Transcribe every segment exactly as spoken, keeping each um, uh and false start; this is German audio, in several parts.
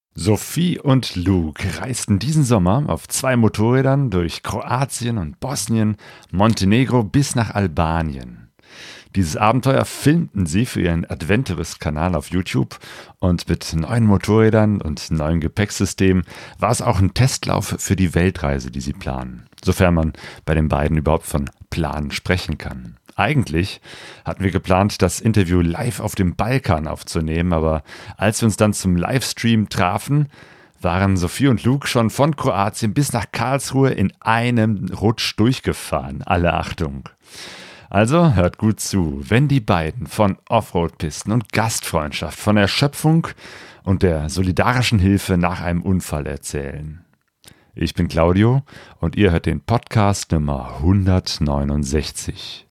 Sophie und Luke reisten diesen Sommer auf zwei Motorrädern durch Kroatien und Bosnien, Montenegro bis nach Albanien. Dieses Abenteuer filmten sie für ihren Adventurist-Kanal auf YouTube und mit neuen Motorrädern und neuem Gepäcksystem war es auch ein Testlauf für die Weltreise, die sie planen, sofern man bei den beiden überhaupt von Planen sprechen kann. Eigentlich hatten wir geplant, das Interview live auf dem Balkan aufzunehmen, aber als wir uns dann zum Livestream trafen, waren Sophie und Luke schon von Kroatien bis nach Karlsruhe in einem Rutsch durchgefahren. Alle Achtung! Also hört gut zu, wenn die beiden von Offroad-Pisten und Gastfreundschaft, von Erschöpfung und der solidarischen Hilfe nach einem Unfall erzählen. Ich bin Claudio und ihr hört den Podcast Nummer hundertneunundsechzig.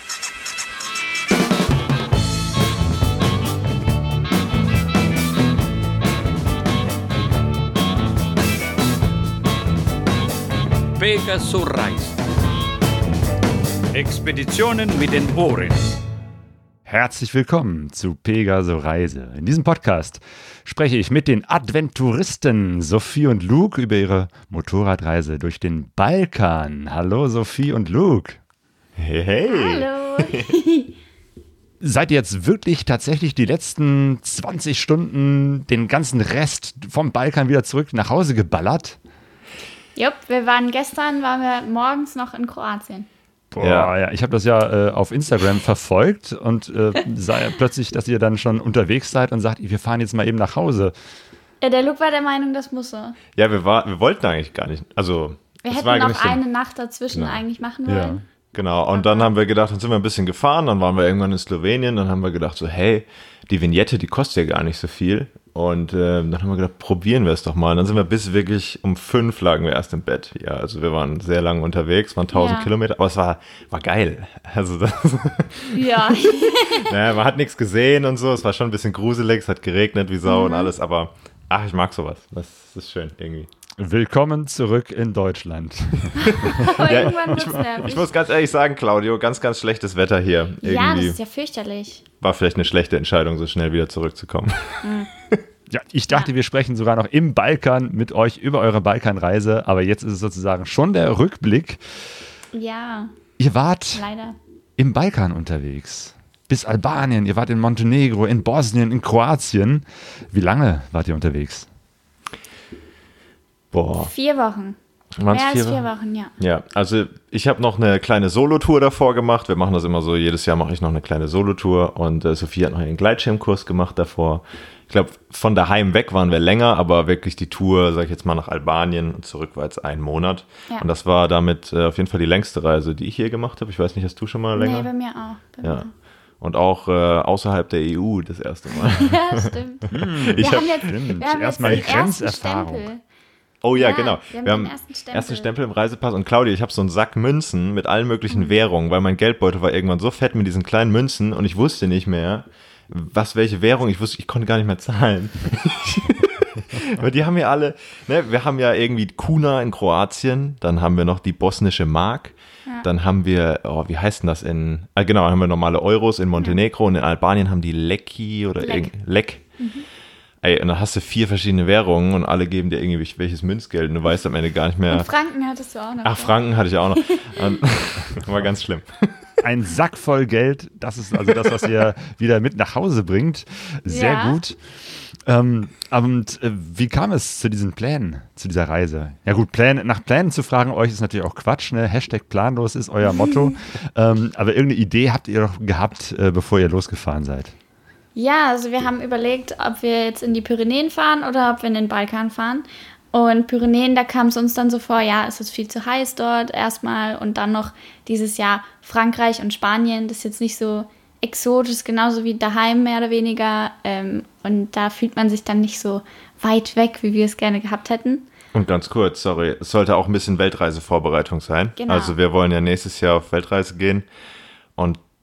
Pegaso Reise. Expeditionen mit den Ohren. Herzlich willkommen zu Pegaso Reise. In diesem Podcast spreche ich mit den Adventuristen Sophie und Luke über ihre Motorradreise durch den Balkan. Hallo Sophie und Luke. Hey, hey. Hallo. Seid ihr jetzt wirklich tatsächlich die letzten zwanzig Stunden den ganzen Rest vom Balkan wieder zurück nach Hause geballert? Jupp, wir waren gestern, waren wir morgens noch in Kroatien. Boah, ja. ja, ich habe das ja äh, auf Instagram verfolgt und äh, sah ja plötzlich, dass ihr dann schon unterwegs seid und sagt, wir fahren jetzt mal eben nach Hause. Ja, der Luke war der Meinung, das muss so. Ja, wir, war, wir wollten eigentlich gar nicht. Also, wir das hätten war noch so, eine Nacht dazwischen genau. eigentlich machen Ja. wollen. Genau, und dann haben wir gedacht, dann sind wir ein bisschen gefahren, dann waren wir irgendwann in Slowenien, dann haben wir gedacht so, hey, die Vignette, die kostet ja gar nicht so viel. Und äh, dann haben wir gedacht, probieren wir es doch mal. Und dann sind wir bis wirklich um fünf lagen wir erst im Bett. Ja, also wir waren sehr lange unterwegs, waren tausend Ja. Kilometer, aber es war, war geil. Also das, Ja. naja, man hat nichts gesehen und so, es war schon ein bisschen gruselig, es hat geregnet wie Sau Mhm. und alles, aber ach, ich mag sowas. Das ist schön irgendwie. Willkommen zurück in Deutschland. Aber Ja, irgendwann wird's nervig. Ich muss ganz ehrlich sagen, Claudio, ganz, ganz schlechtes Wetter hier. ja, das Irgendwie ist ja fürchterlich. war vielleicht eine schlechte Entscheidung, so schnell wieder zurückzukommen. Ja, ich dachte, wir sprechen sogar noch im Balkan mit euch über eure Balkanreise, aber jetzt ist es sozusagen schon der Rückblick. Ja, Ihr wart leider. im Balkan unterwegs, bis Albanien, ihr wart in Montenegro, in Bosnien, in Kroatien. Wie lange wart ihr unterwegs? Boah. Vier Wochen. Waren's Mehr als vier vier Wochen? Wochen, ja. Ja, also ich habe noch eine kleine Solotour davor gemacht. Wir machen das immer so, jedes Jahr mache ich noch eine kleine Solotour und äh, Sophie hat noch einen Gleitschirmkurs gemacht davor. Ich glaube, von daheim weg waren wir länger, aber wirklich die Tour, sag ich jetzt mal, nach Albanien und zurück war jetzt ein Monat. Ja. Und das war damit äh, auf jeden Fall die längste Reise, die ich je gemacht habe. Ich weiß nicht, hast du schon mal länger? Nee, bei mir auch. Bei Ja. mir. Und auch äh, außerhalb der E U das erste Mal. Ja, stimmt. Ich wir hab- haben jetzt, Stimmt, wir haben erstmal jetzt den ersten Grenzerfahrung. Stempel. Oh ja, Ja, genau. wir haben Wir den haben ersten Stempel. ersten Stempel im Reisepass. Und Claudia, ich habe so einen Sack Münzen mit allen möglichen Mhm. Währungen, weil mein Geldbeutel war irgendwann so fett mit diesen kleinen Münzen und ich wusste nicht mehr, was welche Währung. Ich wusste, ich konnte gar nicht mehr zahlen. Aber die haben ja alle, ne, wir haben ja irgendwie Kuna in Kroatien, dann haben wir noch die bosnische Mark, Ja. dann haben wir, oh, wie heißt denn das in, ah, genau, haben wir normale Euros in Montenegro und in Albanien haben die Leki oder Lek. irgend- Lek. Ey, und dann hast du vier verschiedene Währungen und alle geben dir irgendwie welches Münzgeld und du weißt am Ende gar nicht mehr. Und Franken hattest du auch noch. Ach, Franken hatte ich auch noch. Und, war ganz schlimm. Ein Sack voll Geld, das ist also das, was ihr wieder mit nach Hause bringt. Sehr Ja. gut. Ähm, und äh, wie kam es zu diesen Plänen, zu dieser Reise? Ja gut, Pläne, nach Plänen zu fragen euch ist natürlich auch Quatsch, ne? Hashtag planlos ist euer Motto. ähm, aber irgendeine Idee habt ihr doch gehabt, äh, bevor ihr losgefahren seid. Ja, also wir haben überlegt, ob wir jetzt in die Pyrenäen fahren oder ob wir in den Balkan fahren. Und Pyrenäen, da kam es uns dann so vor, ja, es ist viel zu heiß dort erstmal. Und dann noch dieses Jahr Frankreich und Spanien, das ist jetzt nicht so exotisch, genauso wie daheim mehr oder weniger. Ähm, und da fühlt man sich dann nicht so weit weg, wie wir es gerne gehabt hätten. Und ganz kurz, sorry, es sollte auch ein bisschen Weltreisevorbereitung sein. Genau. Also wir wollen ja nächstes Jahr auf Weltreise gehen und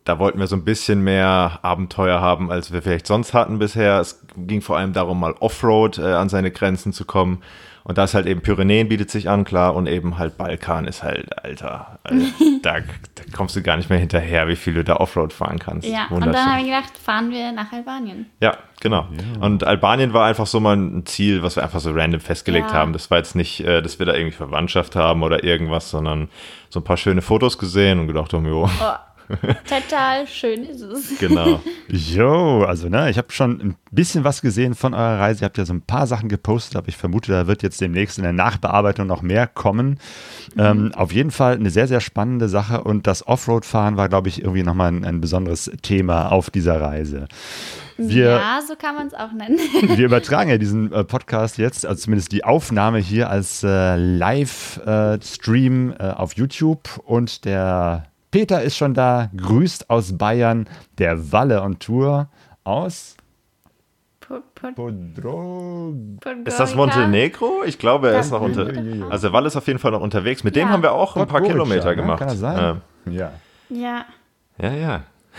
da wollten wir so ein bisschen mehr Abenteuer haben, als wir vielleicht sonst hatten bisher. Es ging vor allem darum, mal Offroad äh, an seine Grenzen zu kommen. Und das halt eben Pyrenäen bietet sich an, klar. Und eben halt Balkan ist halt, Alter, also da, da kommst du gar nicht mehr hinterher, wie viel du da Offroad fahren kannst. Ja, und dann haben wir gedacht, fahren wir nach Albanien. Ja, genau. Ja. Und Albanien war einfach so mal ein Ziel, was wir einfach so random festgelegt ja. haben. Das war jetzt nicht, äh, dass wir da irgendwie Verwandtschaft haben oder irgendwas, sondern so ein paar schöne Fotos gesehen und gedacht haben, jo. Oh. Total schön ist es. Genau. Jo, also ne, ich habe schon ein bisschen was gesehen von eurer Reise. Ihr habt ja so ein paar Sachen gepostet, aber ich vermute, da wird jetzt demnächst in der Nachbearbeitung noch mehr kommen. Mhm. Ähm, auf jeden Fall eine sehr, sehr spannende Sache und das Offroad-Fahren war, glaube ich, irgendwie nochmal ein, ein besonderes Thema auf dieser Reise. Wir, ja, so kann man es auch nennen. Wir übertragen ja diesen äh, Podcast jetzt, also zumindest die Aufnahme hier als äh, Live-Stream äh, auf YouTube und der Peter ist schon da, grüßt aus Bayern, der Walle on Tour aus Podro. Ist das Montenegro? Ich glaube, er ist noch unter. Also der Walle ist auf jeden Fall noch unterwegs. Mit ja. dem haben wir auch ein paar Podgorica, Kilometer gemacht. Kann das sein? Ähm, ja. Ja. Ja, ja.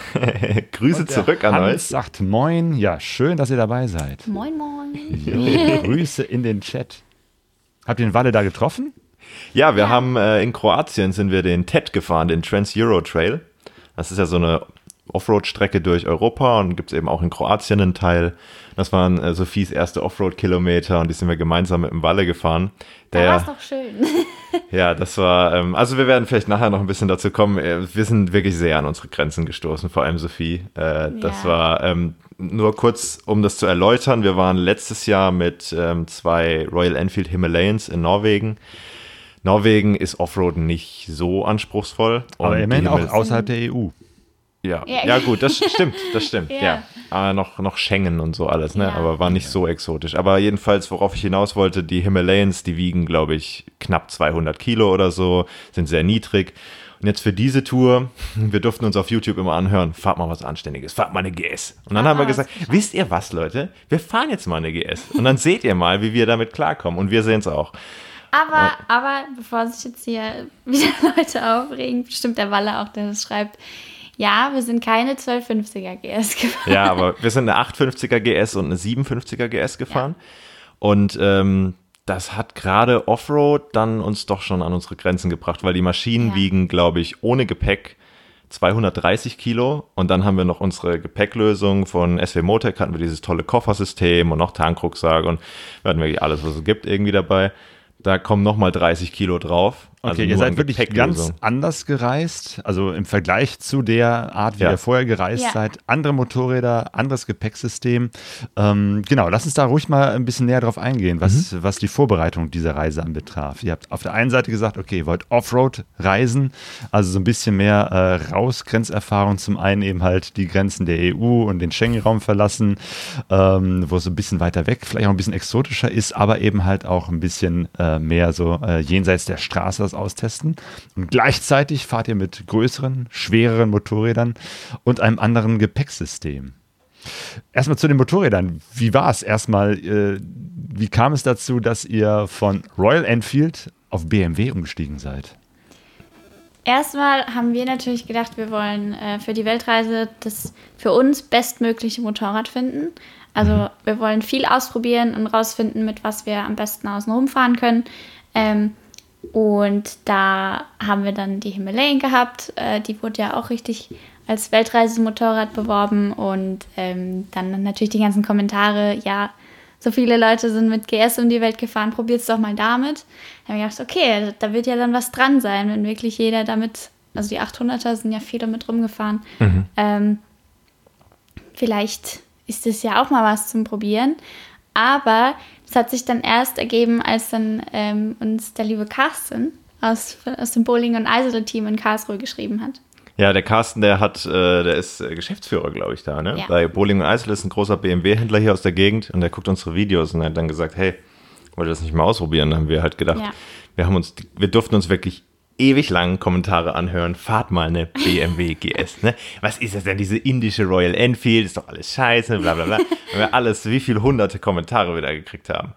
Grüße zurück an Hans euch. Sagt Moin. Ja, schön, dass ihr dabei seid. Moin, moin. Jo, Grüße in den Chat. Habt ihr den Walle da getroffen? Ja, wir ja. haben äh, in Kroatien sind wir den T E D gefahren, den Trans-Euro Trail. Das ist ja so eine Offroad-Strecke durch Europa und gibt es eben auch in Kroatien einen Teil. Das waren äh, Sophies erste Offroad-Kilometer und die sind wir gemeinsam mit dem Walle gefahren. Der, da war es doch schön. Ja, das war, ähm, also wir werden vielleicht nachher noch ein bisschen dazu kommen. Wir sind wirklich sehr an unsere Grenzen gestoßen, vor allem Sophie. Äh, das ja. war, ähm, nur kurz, um das zu erläutern, wir waren letztes Jahr mit ähm, zwei Royal Enfield Himalayans in Norwegen. Norwegen ist Offroad nicht so anspruchsvoll. Aber immerhin auch außerhalb der E U. Ja, ja, ja gut, das stimmt, das stimmt, ja. ja. Aber noch, noch Schengen und so alles, ne? Ja. Aber war nicht so exotisch. Aber jedenfalls, worauf ich hinaus wollte, die Himalayans, die wiegen, glaube ich, knapp zweihundert Kilo oder so, sind sehr niedrig. Und jetzt für diese Tour, wir durften uns auf YouTube immer anhören, fahrt mal was Anständiges, fahrt mal eine G S. Und dann ah, haben wir gesagt, wisst ihr was, Leute? Wir fahren jetzt mal eine G S. Und dann seht ihr mal, wie wir damit klarkommen. Und wir sehen es auch. Aber, aber bevor sich jetzt hier wieder Leute aufregen, bestimmt der Walle auch, der das schreibt, ja, wir sind keine zwölf fünfziger G S gefahren. Ja, aber wir sind eine acht fünfziger G S und eine sieben fünfziger G S gefahren. Ja. Und ähm, das hat gerade Offroad dann uns doch schon an unsere Grenzen gebracht, weil die Maschinen ja. wiegen, glaube ich, ohne Gepäck zweihundertdreißig Kilo. Und dann haben wir noch unsere Gepäcklösung von S W Motec, hatten wir dieses tolle Koffersystem und noch Tankrucksack und wir hatten wirklich alles, was es gibt, irgendwie dabei. Da kommen nochmal dreißig Kilo drauf. Also okay, ihr seid wirklich ganz anders gereist, also im Vergleich zu der Art, wie ja. ihr vorher gereist ja. seid. Andere Motorräder, anderes Gepäcksystem. Ähm, genau, lass uns da ruhig mal ein bisschen näher drauf eingehen, was, mhm. was die Vorbereitung dieser Reise anbetraf. Ihr habt auf der einen Seite gesagt, okay, ihr wollt Offroad reisen, also so ein bisschen mehr äh, raus, Grenzerfahrung. Zum einen eben halt die Grenzen der E U und den Schengen-Raum verlassen, ähm, wo es so ein bisschen weiter weg, vielleicht auch ein bisschen exotischer ist, aber eben halt auch ein bisschen äh, mehr so äh, jenseits der Straße das austesten. Und gleichzeitig fahrt ihr mit größeren, schwereren Motorrädern und einem anderen Gepäcksystem. Erstmal zu den Motorrädern. Wie war es erstmal? Äh, wie kam es dazu, dass ihr von Royal Enfield auf B M W umgestiegen seid? Erstmal haben wir natürlich gedacht, wir wollen äh, für die Weltreise das für uns bestmögliche Motorrad finden. Also mhm. wir wollen viel ausprobieren und rausfinden, mit was wir am besten außen rumfahren können. Ähm, Und da haben wir dann die Himalayan gehabt. Äh, die wurde ja auch richtig als Weltreisemotorrad beworben. Und ähm, dann natürlich die ganzen Kommentare. Ja, so viele Leute sind mit G S um die Welt gefahren. Probiert's doch mal damit. Da haben wir gedacht, okay, da wird ja dann was dran sein, wenn wirklich jeder damit, also die achthunderter sind ja viele mit rumgefahren. Mhm. Ähm, vielleicht ist das ja auch mal was zum Probieren. Aber das hat sich dann erst ergeben, als dann ähm, uns der liebe Carsten aus, aus dem Bowling- und Eisele-Team in Karlsruhe geschrieben hat. Ja, der Carsten, der hat, äh, der ist äh, Geschäftsführer, glaube ich, da, ne? Ja. Bei Bowling und Eisele ist ein großer B M W-Händler hier aus der Gegend und der guckt unsere Videos und hat dann gesagt, hey, wollt ihr das nicht mal ausprobieren? Dann haben wir halt gedacht, ja. wir haben uns, wir durften uns wirklich ewig lang Kommentare anhören, fahrt mal eine B M W G S, ne? Was ist das denn, diese indische Royal Enfield, ist doch alles scheiße, bla bla bla. Und wir alles, wie viele hunderte Kommentare wir da gekriegt haben.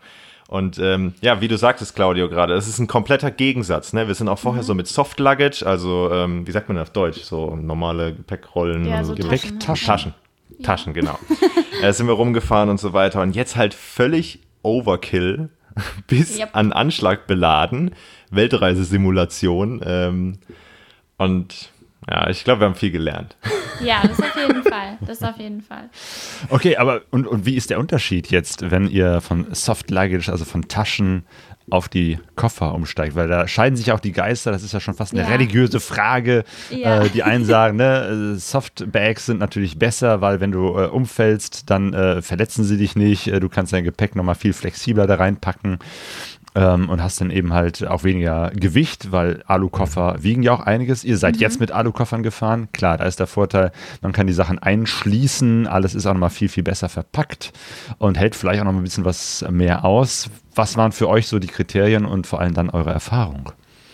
Und ähm, ja, wie du sagtest, Claudio, gerade, es ist ein kompletter Gegensatz. Ne? Wir sind auch vorher mhm. so mit Soft Luggage, also ähm, wie sagt man das auf Deutsch? So normale Gepäckrollen. Ja, und so Gepäcktaschen. Taschen. Taschen, ja. Taschen, genau. Da sind wir rumgefahren und so weiter. Und jetzt halt völlig Overkill bis yep. an Anschlag beladen. Weltreisesimulation. Ähm, und ja, ich glaube, wir haben viel gelernt. Ja, das auf jeden Fall. Das auf jeden Fall. Okay, aber und, und wie ist der Unterschied jetzt, wenn ihr von Soft Luggage, also von Taschen, auf die Koffer umsteigt? Weil da scheiden sich auch die Geister, das ist ja schon fast eine ja. religiöse Frage. Ja. Äh, die einen sagen, ne, Soft Bags sind natürlich besser, weil wenn du äh, umfällst, dann äh, verletzen sie dich nicht. Du kannst dein Gepäck nochmal viel flexibler da reinpacken. Ähm, und hast dann eben halt auch weniger Gewicht, weil Alukoffer wiegen ja auch einiges. Ihr seid mhm. jetzt mit Alukoffern gefahren. Klar, da ist der Vorteil, man kann die Sachen einschließen. Alles ist auch nochmal viel, viel besser verpackt und hält vielleicht auch noch ein bisschen was mehr aus. Was waren für euch so die Kriterien und vor allem dann eure Erfahrung?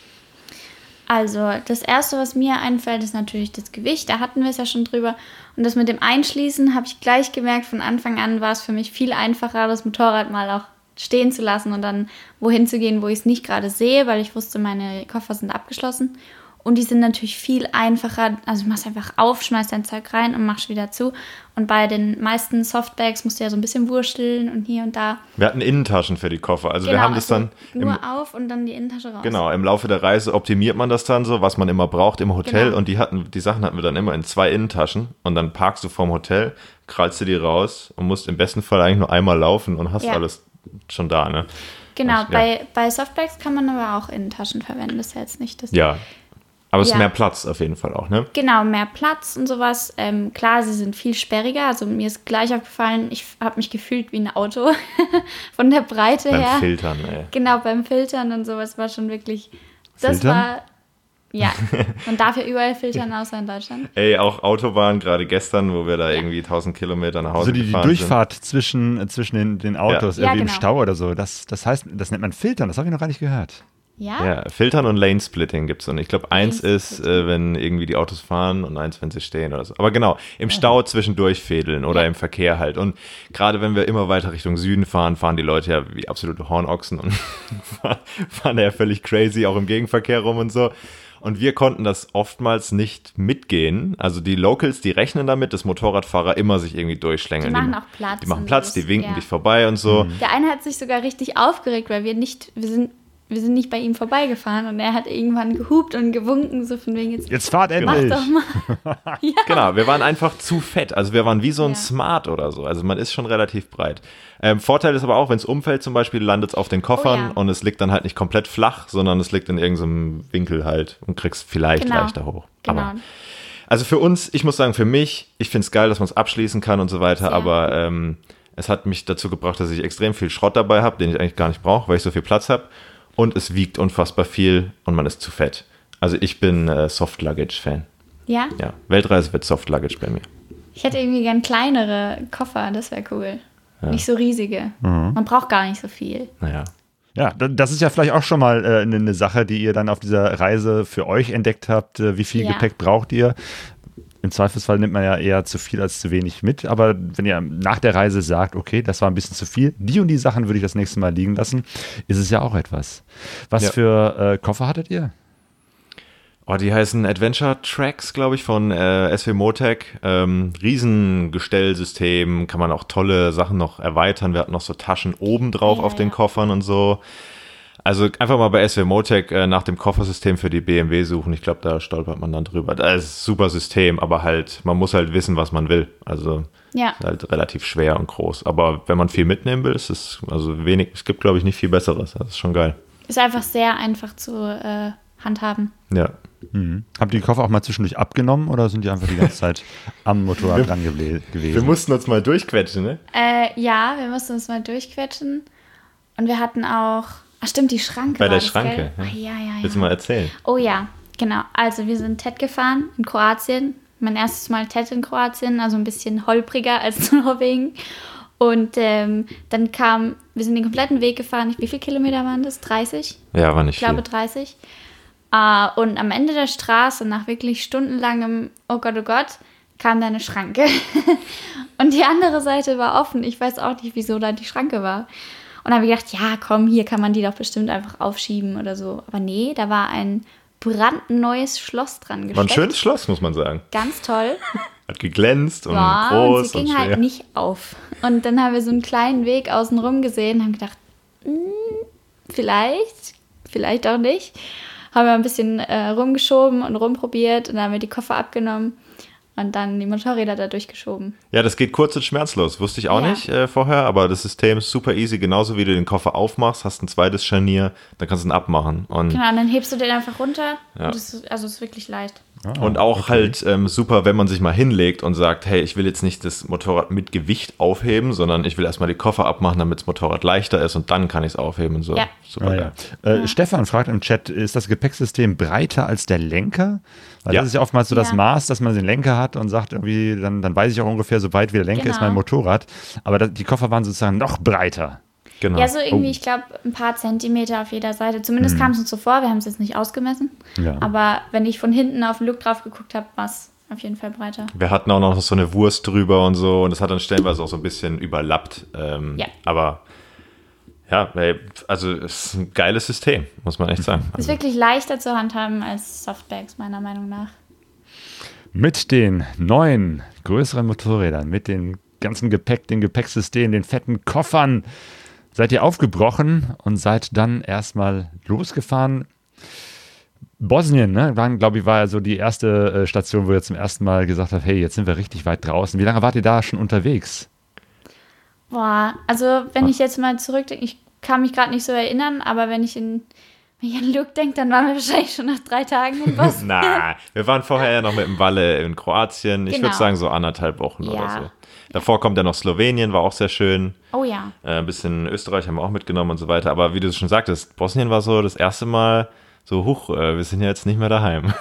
Also das Erste, was mir einfällt, ist natürlich das Gewicht. Da hatten wir es ja schon drüber. Und das mit dem Einschließen habe ich gleich gemerkt, von Anfang an war es für mich viel einfacher, das Motorrad mal auch stehen zu lassen und dann wohin zu gehen, wo ich es nicht gerade sehe, weil ich wusste, meine Koffer sind abgeschlossen. Und die sind natürlich viel einfacher. Also du machst einfach auf, schmeißt dein Zeug rein und machst wieder zu. Und bei den meisten Softbags musst du ja so ein bisschen wursteln und hier und da. Wir hatten Innentaschen für die Koffer. Also genau, wir haben das also dann nur auf und dann die Innentasche raus. Genau, im Laufe der Reise optimiert man das dann so, was man immer braucht im Hotel. Genau. Und die hatten, die Sachen hatten wir dann immer in zwei Innentaschen. Und dann parkst du vorm Hotel, krallst du die raus und musst im besten Fall eigentlich nur einmal laufen und hast ja. alles schon da, ne? Genau, und, ja. bei, bei Softbags kann man aber auch Innentaschen verwenden. Das ist ja jetzt nicht das. Ja. Aber es ja. ist mehr Platz auf jeden Fall auch, ne? Genau, mehr Platz und sowas. Ähm, klar, sie sind viel sperriger. Also mir ist gleich aufgefallen, ich habe mich gefühlt wie ein Auto von der Breite beim her. Beim Filtern, ey. Genau, beim Filtern und sowas war schon wirklich, das Filtern? war, ja, man darf ja überall filtern, außer in Deutschland. Ey, auch Autobahn, gerade gestern, wo wir da ja. irgendwie tausend Kilometer nach Hause also die, gefahren die Durchfahrt sind. zwischen, zwischen den, den Autos, ja. irgendwie ja, im genau. Stau oder so, das, das heißt, das nennt man Filtern, das habe ich noch gar nicht gehört. Ja? Ja, Filtern und Lane-Splitting gibt es. Und ich glaube, eins ist, äh, wenn irgendwie die Autos fahren und eins, wenn sie stehen oder so. Aber genau, im Stau zwischendurch fädeln oder ja. im Verkehr halt. Und gerade wenn wir immer weiter Richtung Süden fahren, fahren die Leute ja wie absolute Hornochsen und fahren ja völlig crazy, auch im Gegenverkehr rum und so. Und wir konnten das oftmals nicht mitgehen. Also die Locals, die rechnen damit, dass Motorradfahrer immer sich irgendwie durchschlängeln. Die machen auch Platz. Die machen Platz, die winken ja. dich vorbei und so. Der eine hat sich sogar richtig aufgeregt, weil wir nicht, wir sind Wir sind nicht bei ihm vorbeigefahren und er hat irgendwann gehupt und gewunken, so von wegen jetzt. Jetzt fahrt endlich. Mach doch mal. Ja. Genau, wir waren einfach zu fett. Also wir waren wie so ein ja. Smart oder so. Also man ist schon relativ breit. Ähm, Vorteil ist aber auch, wenn es umfällt zum Beispiel, landet es auf den Koffern oh, ja. und es liegt dann halt nicht komplett flach, sondern es liegt in irgendeinem Winkel halt und kriegst vielleicht genau. leichter hoch. Genau. Aber, also für uns, ich muss sagen, für mich, ich finde es geil, dass man es abschließen kann und so weiter, Sehr. aber ähm, es hat mich dazu gebracht, dass ich extrem viel Schrott dabei habe, den ich eigentlich gar nicht brauche, weil ich so viel Platz habe. Und es wiegt unfassbar viel und man ist zu fett. Also ich bin äh, Soft-Luggage-Fan. Ja? Ja, Weltreise wird Soft-Luggage bei mir. Ich hätte irgendwie gern kleinere Koffer, das wäre cool. Ja. Nicht so riesige. Mhm. Man braucht gar nicht so viel. Naja. Ja, das ist ja vielleicht auch schon mal äh, eine Sache, die ihr dann auf dieser Reise für euch entdeckt habt. Äh, wie viel ja. Gepäck braucht ihr? Im Zweifelsfall nimmt man ja eher zu viel als zu wenig mit. Aber wenn ihr nach der Reise sagt, okay, das war ein bisschen zu viel, die und die Sachen würde ich das nächste Mal liegen lassen, ist es ja auch etwas. Was ja. für äh, Koffer hattet ihr? Oh, die heißen Adventure Tracks, glaube ich, von äh, S W Motec. Ähm, Riesengestellsystem, kann man auch tolle Sachen noch erweitern. Wir hatten noch so Taschen oben drauf ja, auf den ja. Koffern und so. Also einfach mal bei S W Motec äh, nach dem Koffersystem für die B M W suchen. Ich glaube, da stolpert man dann drüber. Das ist ein super System, aber halt, man muss halt wissen, was man will. Also ja. ist halt relativ schwer und groß. Aber wenn man viel mitnehmen will, ist es also wenig, es gibt, glaube ich, nicht viel Besseres. Das ist schon geil. Ist einfach sehr einfach zu äh, handhaben. Ja. Mhm. Habt ihr die Koffer auch mal zwischendurch abgenommen oder sind die einfach die ganze Zeit am Motorrad wir, dran geble- gewesen? Wir mussten uns mal durchquetschen, ne? Äh, ja, wir mussten uns mal durchquetschen. Und wir hatten auch Ach stimmt, die Schranke. Bei der das, Schranke. Ja. Ach, ja, ja, ja. Willst du mal erzählen? Oh ja, genau. Also wir sind T E D gefahren in Kroatien. Mein erstes Mal T E D in Kroatien, also ein bisschen holpriger als Norwegen. Und ähm, dann kam, wir sind den kompletten Weg gefahren. Wie viele Kilometer waren das? dreißig? Ja, war nicht viel. Ich glaube dreißig. Uh, und am Ende der Straße, nach wirklich stundenlangem Oh Gott, oh Gott, kam da eine Schranke. Und die andere Seite war offen. Ich weiß auch nicht, wieso da die Schranke war. Und dann habe ich gedacht, ja, komm, hier kann man die doch bestimmt einfach aufschieben oder so. Aber nee, da war ein brandneues Schloss dran gesteckt. War ein schönes Schloss, muss man sagen. Ganz toll. Hat geglänzt und ja, groß und sie ging und schwer. halt nicht auf. Und dann haben wir so einen kleinen Weg außen rum gesehen und haben gedacht, hm, vielleicht, vielleicht auch nicht. Haben wir ein bisschen äh, rumgeschoben und rumprobiert und dann haben wir die Koffer abgenommen und dann die Motorräder da durchgeschoben. Ja, das geht kurz und schmerzlos. Wusste ich auch Ja. nicht äh, vorher, aber das System ist super easy. Genauso wie du den Koffer aufmachst, hast ein zweites Scharnier, dann kannst du ihn abmachen. Und, Genau, und dann hebst du den einfach runter. Ja. Und das ist, also es ist wirklich leicht. und auch halt ähm, super, wenn man sich mal hinlegt und sagt, hey, ich will jetzt nicht das Motorrad mit Gewicht aufheben, sondern ich will erstmal die Koffer abmachen, damit das Motorrad leichter ist und dann kann ich es aufheben und so. Ja. Super Ah, geil. ja. Äh, Stefan fragt im Chat, ist das Gepäcksystem breiter als der Lenker? Weil Ja. das ist ja oftmals so das Ja. Maß, dass man den Lenker hat und sagt irgendwie, dann, dann weiß ich auch ungefähr, so weit wie der Lenker Genau. ist mein Motorrad. Aber das, die Koffer waren sozusagen noch breiter. Genau. Ja, so irgendwie, Oh. ich glaube, ein paar Zentimeter auf jeder Seite. Zumindest kam es uns so vor, wir haben es jetzt nicht ausgemessen. Ja. Aber wenn ich von hinten auf den Look drauf geguckt habe, war es auf jeden Fall breiter. Wir hatten auch noch so eine Wurst drüber und so und das hat dann stellenweise auch so ein bisschen überlappt. Ähm, Ja. Aber ja, ey, also es ist ein geiles System, muss man echt sagen. Ist Also, wirklich leichter zu handhaben als Softbags, meiner Meinung nach. Mit den neuen, größeren Motorrädern, mit dem ganzen Gepäck, dem Gepäcksystem, den fetten Koffern, seid ihr aufgebrochen und seid dann erstmal losgefahren. Bosnien, ne, waren, glaube ich, war ja so die erste äh, Station, wo ihr zum ersten Mal gesagt habt, hey, jetzt sind wir richtig weit draußen. Wie lange wart ihr da schon unterwegs? Boah, also wenn ich jetzt mal zurückdenke, ich kann mich gerade nicht so erinnern, aber wenn ich, in, wenn ich an Luke denke, dann waren wir wahrscheinlich schon nach drei Tagen im Bosnien. na, wir waren vorher ja noch mit dem Walle in Kroatien. Ich Genau. würde sagen so anderthalb Wochen oder Ja. so. Davor kommt ja noch Slowenien, war auch sehr schön. Oh ja. Äh, ein bisschen Österreich haben wir auch mitgenommen und so weiter. Aber wie du schon sagtest, Bosnien war so das erste Mal so, huch, äh, wir sind ja jetzt nicht mehr daheim.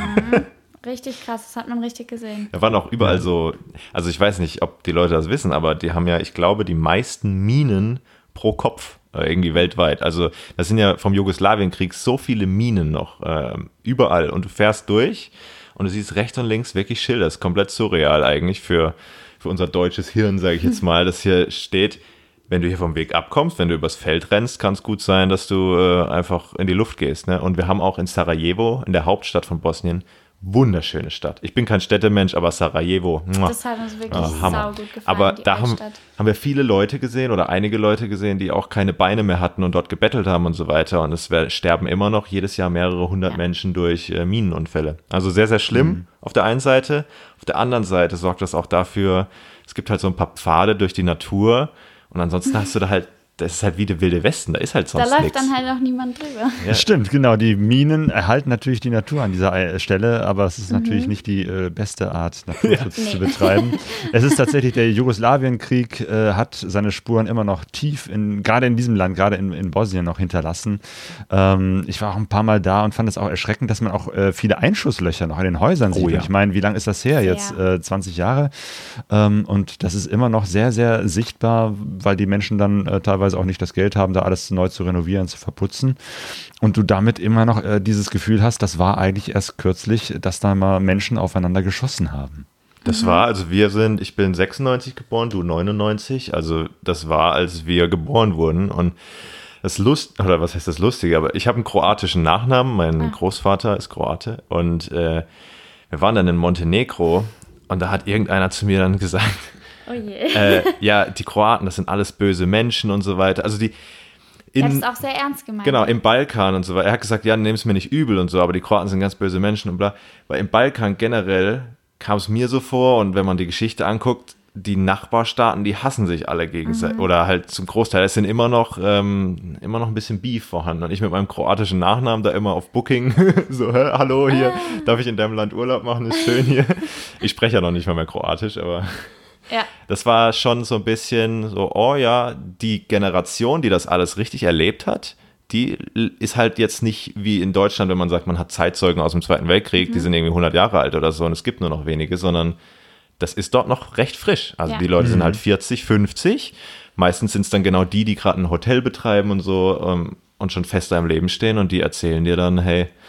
Richtig krass, das hat man richtig gesehen. Da waren auch überall so, also ich weiß nicht, ob die Leute das wissen, aber die haben ja, ich glaube, die meisten Minen pro Kopf äh, irgendwie weltweit. Also das sind ja vom Jugoslawienkrieg so viele Minen noch äh, überall und du fährst durch und du siehst rechts und links wirklich Schilder. Das ist komplett surreal eigentlich für, für unser deutsches Hirn, sage ich jetzt mal, das hier steht. Wenn du hier vom Weg abkommst, wenn du übers Feld rennst, kann es gut sein, dass du äh, einfach in die Luft gehst. Ne? Und wir haben auch in Sarajevo, in der Hauptstadt von Bosnien, wunderschöne Stadt. Ich bin kein Städtemensch, aber Sarajevo, muah, Das hat uns wirklich ah, Hammer. saugut gefallen, Aber die da haben, Altstadt. haben wir viele Leute gesehen oder einige Leute gesehen, die auch keine Beine mehr hatten und dort gebettelt haben und so weiter. Und es wär, sterben immer noch jedes Jahr mehrere hundert Ja. Menschen durch äh, Minenunfälle. Also sehr, sehr schlimm Mhm. auf der einen Seite. Auf der anderen Seite sorgt das auch dafür, es gibt halt so ein paar Pfade durch die Natur und ansonsten hast du da halt, das ist halt wie der Wilde Westen, da ist halt Da sonst läuft nichts. dann halt auch niemand drüber. Ja. Stimmt, genau. Die Minen erhalten natürlich die Natur an dieser äh, Stelle, aber es ist Mhm. natürlich nicht die äh, beste Art, Naturschutz zu betreiben. Es ist tatsächlich, der Jugoslawienkrieg äh, hat seine Spuren immer noch tief, in, gerade in diesem Land, gerade in, in Bosnien noch hinterlassen. Ähm, ich war auch ein paar Mal da und fand es auch erschreckend, dass man auch äh, viele Einschusslöcher noch in den Häusern sieht. ja. Und ich meine, wie lange ist das her? Sehr. Jetzt äh, zwanzig Jahre. Ähm, und das ist immer noch sehr, sehr sichtbar, weil die Menschen dann äh, teilweise auch nicht das Geld haben, da alles neu zu renovieren, zu verputzen. Und du damit immer noch äh, dieses Gefühl hast, das war eigentlich erst kürzlich, dass da mal Menschen aufeinander geschossen haben. Das war, also wir sind, ich bin sechsundneunzig geboren, du neunundneunzig, also das war, als wir geboren wurden und das Lust, oder was heißt das Lustige, aber ich habe einen kroatischen Nachnamen, mein Großvater ist Kroate und äh, wir waren dann in Montenegro und da hat irgendeiner zu mir dann gesagt, Oh je. äh, ja, die Kroaten, das sind alles böse Menschen und so weiter, also die Er hat in, es auch sehr ernst gemeint. Genau, im Balkan und so weiter. Er hat gesagt, ja, nimm es mir nicht übel und so, aber die Kroaten sind ganz böse Menschen und bla. Weil im Balkan generell kam es mir so vor und wenn man die Geschichte anguckt, die Nachbarstaaten, die hassen sich alle gegenseitig. Mhm. Oder halt zum Großteil. Es sind immer noch, ähm, immer noch ein bisschen Beef vorhanden. Und ich mit meinem kroatischen Nachnamen da immer auf Booking so, hä, hallo, hier, darf ich in deinem Land Urlaub machen? Ist schön hier. Ich spreche ja noch nicht mal mehr Kroatisch, aber... Ja. Das war schon so ein bisschen so, oh ja, die Generation, die das alles richtig erlebt hat, die ist halt jetzt nicht wie in Deutschland, wenn man sagt, man hat Zeitzeugen aus dem Zweiten Weltkrieg, Mhm. die sind irgendwie hundert Jahre alt oder so und es gibt nur noch wenige, sondern das ist dort noch recht frisch. Also Ja. die Leute sind halt vierzig, fünfzig. Meistens sind es dann genau die, die gerade ein Hotel betreiben und so ähm, und schon fester im Leben stehen und die erzählen dir dann, hey,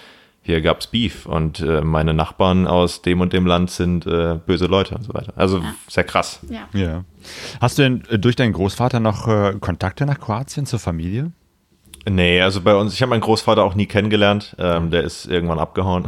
hier gab's Beef und äh, meine Nachbarn aus dem und dem Land sind äh, böse Leute und so weiter. Also ja. Sehr krass. Ja. Ja. Hast du denn äh, durch deinen Großvater noch äh, Kontakte nach Kroatien zur Familie? Nee, also bei uns, ich habe meinen Großvater auch nie kennengelernt. Ähm, der ist irgendwann abgehauen.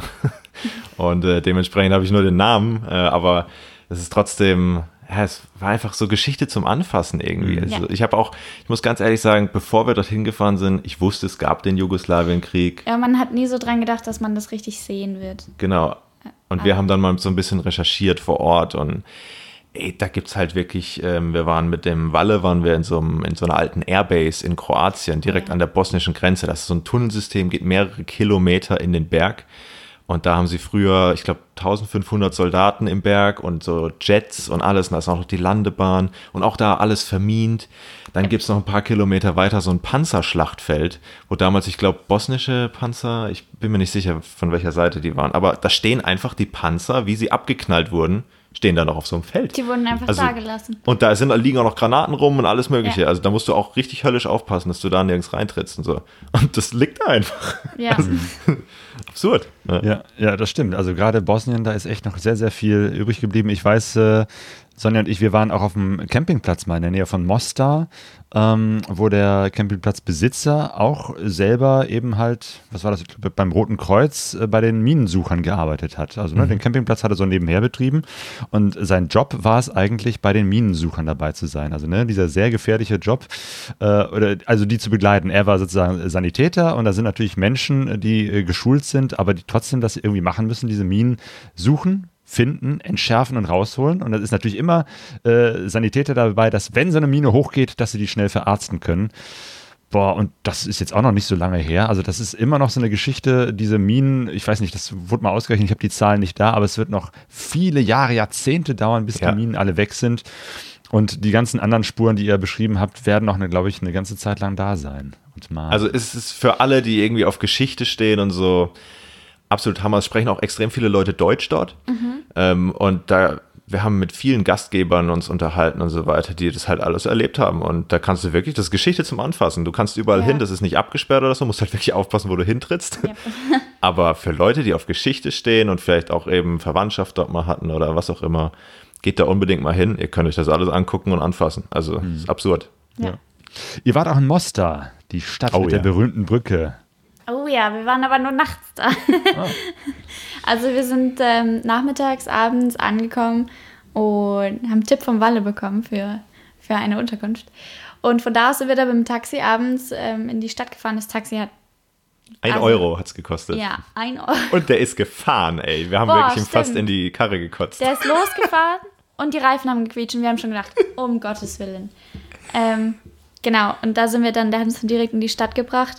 Und äh, dementsprechend habe ich nur den Namen. Äh, aber es ist trotzdem, ja, es war einfach so Geschichte zum Anfassen irgendwie. Mhm. Also ich habe auch, ich muss ganz ehrlich sagen, bevor wir dorthin gefahren sind, ich wusste, es gab den Jugoslawienkrieg. Ja, man hat nie so dran gedacht, dass man das richtig sehen wird. Genau. Und aber wir haben dann mal so ein bisschen recherchiert vor Ort und ey, da gibt's halt wirklich, ähm, wir waren mit dem Walle, waren wir in so, einem, in so einer alten Airbase in Kroatien, direkt ja. an der bosnischen Grenze. Das ist so ein Tunnelsystem, geht mehrere Kilometer in den Berg. Und da haben sie früher, ich glaube, eintausendfünfhundert Soldaten im Berg und so Jets und alles. Und da ist auch noch die Landebahn und auch da alles vermint. Dann gibt's noch ein paar Kilometer weiter so ein Panzerschlachtfeld, wo damals, ich glaube, bosnische Panzer, ich bin mir nicht sicher, von welcher Seite die waren, aber da stehen einfach die Panzer, wie sie abgeknallt wurden, stehen da noch auf so einem Feld. Die wurden einfach also, da gelassen. Und da sind, liegen auch noch Granaten rum und alles mögliche. Ja. Also da musst du auch richtig höllisch aufpassen, dass du da nirgends reintrittst und so. Und das liegt da einfach. Ja. Also, absurd. Ja. ja, ja, das stimmt. Also gerade Bosnien, da ist echt noch sehr, sehr viel übrig geblieben. Ich weiß, äh, Sonja und ich, wir waren auch auf dem Campingplatz mal in der Nähe von Mostar, ähm, wo der Campingplatzbesitzer auch selber eben halt, was war das, ich glaub, beim Roten Kreuz äh, bei den Minensuchern gearbeitet hat. Also ne, mhm. den Campingplatz hat er so nebenher betrieben und sein Job war es eigentlich, bei den Minensuchern dabei zu sein. Also ne, dieser sehr gefährliche Job, äh, oder also die zu begleiten. Er war sozusagen Sanitäter und da sind natürlich Menschen, die äh, geschult sind, aber die trotzdem das irgendwie machen müssen, diese Minen suchen, finden, entschärfen und rausholen. Und das ist natürlich immer äh, Sanitäter dabei, dass wenn so eine Mine hochgeht, dass sie die schnell verarzten können. Boah, und das ist jetzt auch noch nicht so lange her. Also das ist immer noch so eine Geschichte, diese Minen, ich weiß nicht, das wurde mal ausgerechnet, ich habe die Zahlen nicht da, aber es wird noch viele Jahre, Jahrzehnte dauern, bis ja. die Minen alle weg sind. Und die ganzen anderen Spuren, die ihr beschrieben habt, werden noch, glaube ich, eine ganze Zeit lang da sein. Und mal also ist es für alle, die irgendwie auf Geschichte stehen und so, absolut Hammer. Es sprechen auch extrem viele Leute Deutsch dort. Mhm. Ähm, und da, wir haben mit vielen Gastgebern uns unterhalten und so weiter, die das halt alles erlebt haben. Und da kannst du wirklich, das ist Geschichte zum Anfassen. Du kannst überall ja. hin, das ist nicht abgesperrt oder so, musst halt wirklich aufpassen, wo du hintrittst. Yep. Aber für Leute, die auf Geschichte stehen und vielleicht auch eben Verwandtschaft dort mal hatten oder was auch immer, geht da unbedingt mal hin. Ihr könnt euch das alles angucken und anfassen. Also, mhm. ist absurd. Ja. Ja. Ihr wart auch in Mostar, die Stadt oh, mit ja. der berühmten Brücke. Oh ja, wir waren aber nur nachts da. Oh. Also wir sind ähm, nachmittags, abends angekommen und haben einen Tipp vom Walle bekommen für, für eine Unterkunft. Und von da aus sind wir dann mit dem Taxi abends ähm, in die Stadt gefahren. Das Taxi hat... Ein also, Euro hat es gekostet. Ja, ein Euro. Und der ist gefahren, ey. Wir haben Boah, wirklich ihm fast in die Karre gekotzt. Der ist losgefahren und die Reifen haben gequietscht und wir haben schon gedacht, um Gottes Willen. Ähm, genau, und da sind wir dann, der hat uns dann direkt in die Stadt gebracht.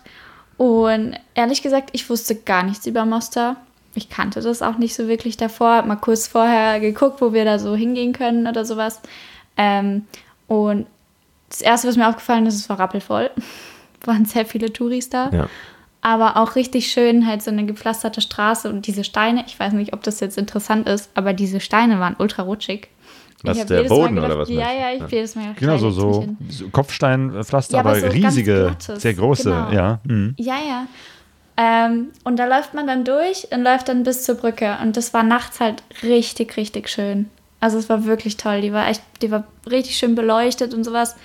Und ehrlich gesagt, ich wusste gar nichts über Mostar. Ich kannte das auch nicht so wirklich davor. Hab mal kurz vorher geguckt, wo wir da so hingehen können oder sowas. Ähm, und das Erste, was mir aufgefallen ist, es war rappelvoll. Waren sehr viele Touris da. Ja. Aber auch richtig schön, halt so eine gepflasterte Straße und diese Steine. Ich weiß nicht, ob das jetzt interessant ist, aber diese Steine waren ultra rutschig. Was, der Boden gedacht, oder was? Ja, ja, ich ja. jedes Mal gedacht, genau, so, so, so Kopfsteinpflaster, ja, aber, aber so riesige, sehr große. Genau. Ja, mhm. ja. ja. Ähm, und da läuft man dann durch und läuft dann bis zur Brücke. Und das war nachts halt richtig, richtig schön. Also es war wirklich toll. Die war echt, die war richtig schön beleuchtet und sowas.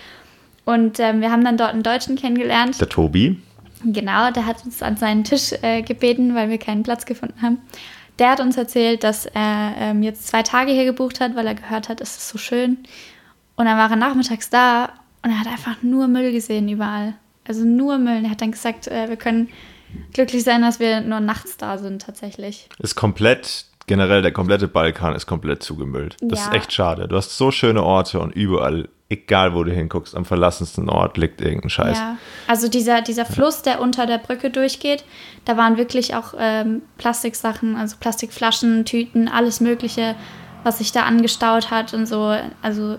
Und ähm, wir haben dann dort einen Deutschen kennengelernt. Der Tobi. Genau, der hat uns an seinen Tisch äh, gebeten, weil wir keinen Platz gefunden haben. Der hat uns erzählt, dass er ähm, jetzt zwei Tage hier gebucht hat, weil er gehört hat, es ist so schön. Und dann war er nachmittags da und er hat einfach nur Müll gesehen überall. Also nur Müll. Und er hat dann gesagt, äh, wir können glücklich sein, dass wir nur nachts da sind tatsächlich. Ist komplett, generell der komplette Balkan ist komplett zugemüllt. Das ja. ist echt schade. Du hast so schöne Orte und überall, egal wo du hinguckst, am verlassensten Ort liegt irgendein Scheiß. Ja, also dieser, dieser Fluss, der unter der Brücke durchgeht, da waren wirklich auch ähm, Plastiksachen, also Plastikflaschen, Tüten, alles Mögliche, was sich da angestaut hat und so. Also,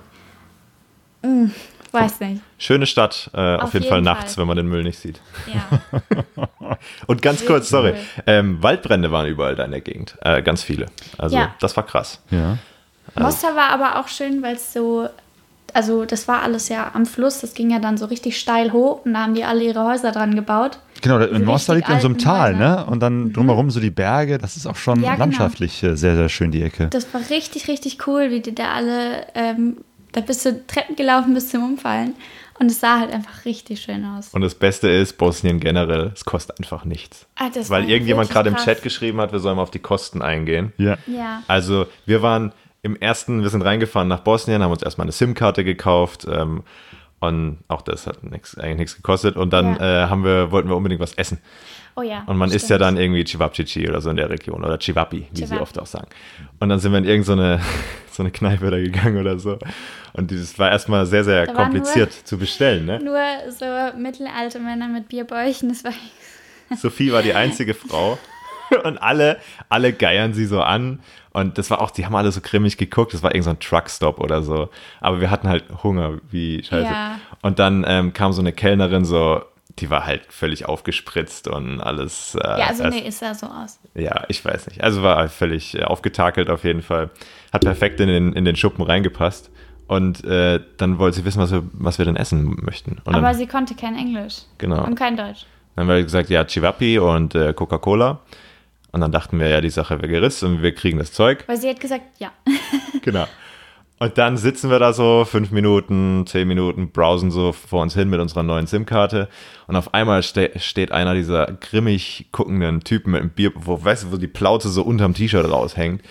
mh, weiß nicht. Schöne Stadt, äh, auf, auf jeden, jeden Fall nachts, Fall. Wenn man den Müll nicht sieht. Ja. Und ganz kurz, sorry, ähm, Waldbrände waren überall da in der Gegend, äh, ganz viele. Also ja. das war krass. Ja. Also, Mostar war aber auch schön, weil es so... also das war alles ja am Fluss, das ging ja dann so richtig steil hoch und da haben die alle ihre Häuser dran gebaut. Genau, in Mostar liegt in so einem Tal, Häuser. ne? Und dann drumherum so die Berge, das ist auch schon Ja, genau. landschaftlich äh, sehr, sehr schön, die Ecke. Das war richtig, richtig cool, wie die da alle, ähm, da bist du Treppen gelaufen bis zum Umfallen. Und es sah halt einfach richtig schön aus. Und das Beste ist, Bosnien generell, es kostet einfach nichts. Ah, das Weil war irgendjemand wirklich gerade im krass. Chat geschrieben hat, wir sollen mal auf die Kosten eingehen. Ja. Ja. Also wir waren im ersten, wir sind reingefahren nach Bosnien, haben uns erstmal eine SIM-Karte gekauft ähm, und auch das hat nix, eigentlich nichts gekostet. Und dann Ja. äh, haben wir, wollten wir unbedingt was essen. Oh ja. Und man stimmt. isst ja dann irgendwie Cevapcici oder so in der Region oder Cevapi, wie sie Cevapi. oft auch sagen. Und dann sind wir in irgendeine so eine Kneipe da gegangen oder so. Und dieses war erstmal sehr, sehr Da waren kompliziert zu bestellen. Ne? Nur so mittelalte Männer mit Bierbäuchen, das war Sophie war die einzige Frau und alle, alle geiern sie so an. Und das war auch, die haben alle so grimmig geguckt, das war irgend so ein Truckstop oder so. Aber wir hatten halt Hunger, wie scheiße. Ja. Und dann ähm, kam so eine Kellnerin so, die war halt völlig aufgespritzt und alles. Äh, Ja, also erst- nee, ist ja so aus. Ja, ich weiß nicht. Also war völlig äh, aufgetakelt auf jeden Fall. Hat perfekt in den, in den Schuppen reingepasst. Und äh, dann wollte sie wissen, was wir, was wir denn essen möchten. Und Aber dann, sie konnte kein Englisch. Genau. Und kein Deutsch. dann haben wir gesagt, ja, Cevapi und äh, Coca-Cola. Und dann dachten wir, ja, die Sache wäre gerissen und wir kriegen das Zeug. Weil sie hat gesagt, ja. Genau. Und dann sitzen wir da so fünf Minuten, zehn Minuten, browsen so vor uns hin mit unserer neuen SIM-Karte. Und auf einmal ste- steht einer dieser grimmig guckenden Typen mit einem Bier, wo, weißt du, wo die Plaute so unterm T-Shirt raushängt.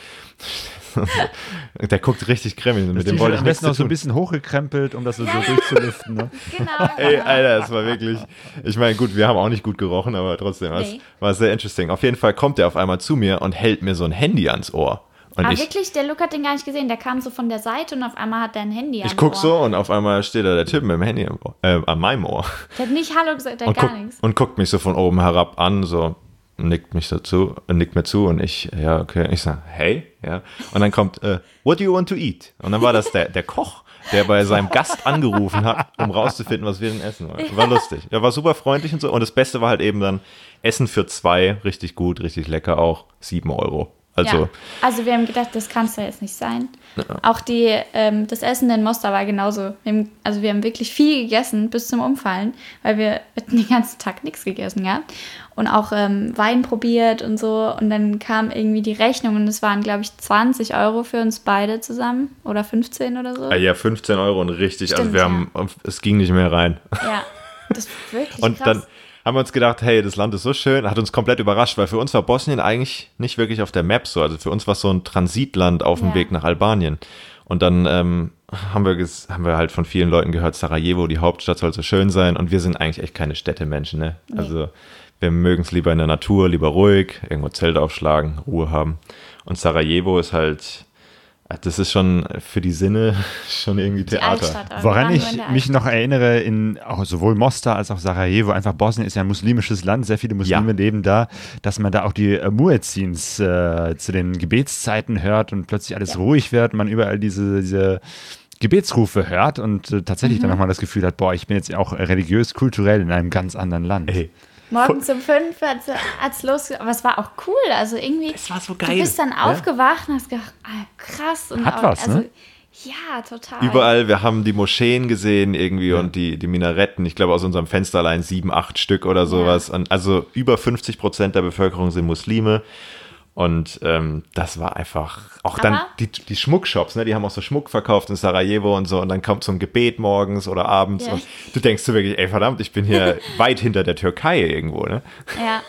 Der guckt richtig grimmig. Und mit dem wollte ich am nichts besten zu noch so ein tun. bisschen hochgekrempelt, um das so, so durchzulüften. Ne? Genau. Ey, genau. Alter, das war wirklich, ich meine, gut, wir haben auch nicht gut gerochen, aber trotzdem, es Nee. war sehr interesting. Auf jeden Fall kommt er auf einmal zu mir und hält mir so ein Handy ans Ohr. Und Aber ich, wirklich, der Luke hat den gar nicht gesehen. Der kam so von der Seite und auf einmal hat er ein Handy ich am guck Ohr. so und auf einmal steht da der Typ mit dem Handy am Ohr, äh, an meinem Ohr Der hat nicht Hallo gesagt, der und, hat gar guck, nichts. und guckt mich so von oben herab an, so nickt mich dazu, äh, nickt mir zu und ich, ja, okay, ich sag, hey, ja. Und dann kommt, äh, what do you want to eat? Und dann war das der, der Koch, der bei seinem Gast angerufen hat, um rauszufinden, was wir denn essen wollen. War lustig. Er war super freundlich und so. Und das Beste war halt eben dann Essen für zwei, richtig gut, richtig lecker auch, sieben Euro. Also, ja. Also wir haben gedacht, das kann es ja jetzt nicht sein. Auch die, ähm, das Essen in Mostar war genauso. Wir haben, also wir haben wirklich viel gegessen bis zum Umfallen, weil wir hatten den ganzen Tag nichts gegessen, ja. Und auch ähm, Wein probiert und so. Und dann kam irgendwie die Rechnung und es waren, glaube ich, zwanzig Euro für uns beide zusammen. Oder fünfzehn oder so. äh, ja, fünfzehn Euro und richtig, also Stimmt, wir haben, es ging nicht mehr rein. Ja, das ist wirklich Und krass. dann haben wir uns gedacht, hey, das Land ist so schön, hat uns komplett überrascht, weil für uns war Bosnien eigentlich nicht wirklich auf der Map so. Also für uns war es so ein Transitland auf dem Ja. Weg nach Albanien. Und dann ähm, haben, wir ges- haben wir halt von vielen Leuten gehört, Sarajevo, die Hauptstadt soll so schön sein. Und wir sind eigentlich echt keine Städtemenschen, ne? Nee. Also wir mögen es lieber in der Natur, lieber ruhig, irgendwo Zelt aufschlagen, Ruhe haben. Und Sarajevo ist halt, das ist schon für die Sinne schon irgendwie die Theater. Altstadt. aber wir Woran waren nur ich in der mich Altstadt. noch erinnere, in auch sowohl Mostar als auch Sarajevo, einfach Bosnien ist ja ein muslimisches Land, sehr viele Muslime Ja. leben da, dass man da auch die äh, Muezzins äh, zu den Gebetszeiten hört und plötzlich alles Ja. ruhig wird, man überall diese, diese Gebetsrufe hört und äh, tatsächlich Mhm. dann nochmal das Gefühl hat, boah, ich bin jetzt auch religiös, kulturell in einem ganz anderen Land. Ey, Morgens um fünf hat es los, aber es war auch cool. Also irgendwie, es war so du geil. bist dann Ja. aufgewacht und hast gedacht, ah, krass. Und Hat auch, was, also, ne? Ja, total. Überall, wir haben die Moscheen gesehen irgendwie und die, die Minaretten, ich glaube aus unserem Fenster allein sieben, acht Stück oder sowas. Und also über fünfzig Prozent der Bevölkerung sind Muslime. Und ähm, das war einfach, auch dann Aber- die, die Schmuckshops, ne, die haben auch so Schmuck verkauft in Sarajevo und so. Und dann kommt so ein Gebet morgens oder abends. Ja. Und du denkst so wirklich, ey verdammt, ich bin hier weit hinter der Türkei irgendwo, ne? Ja.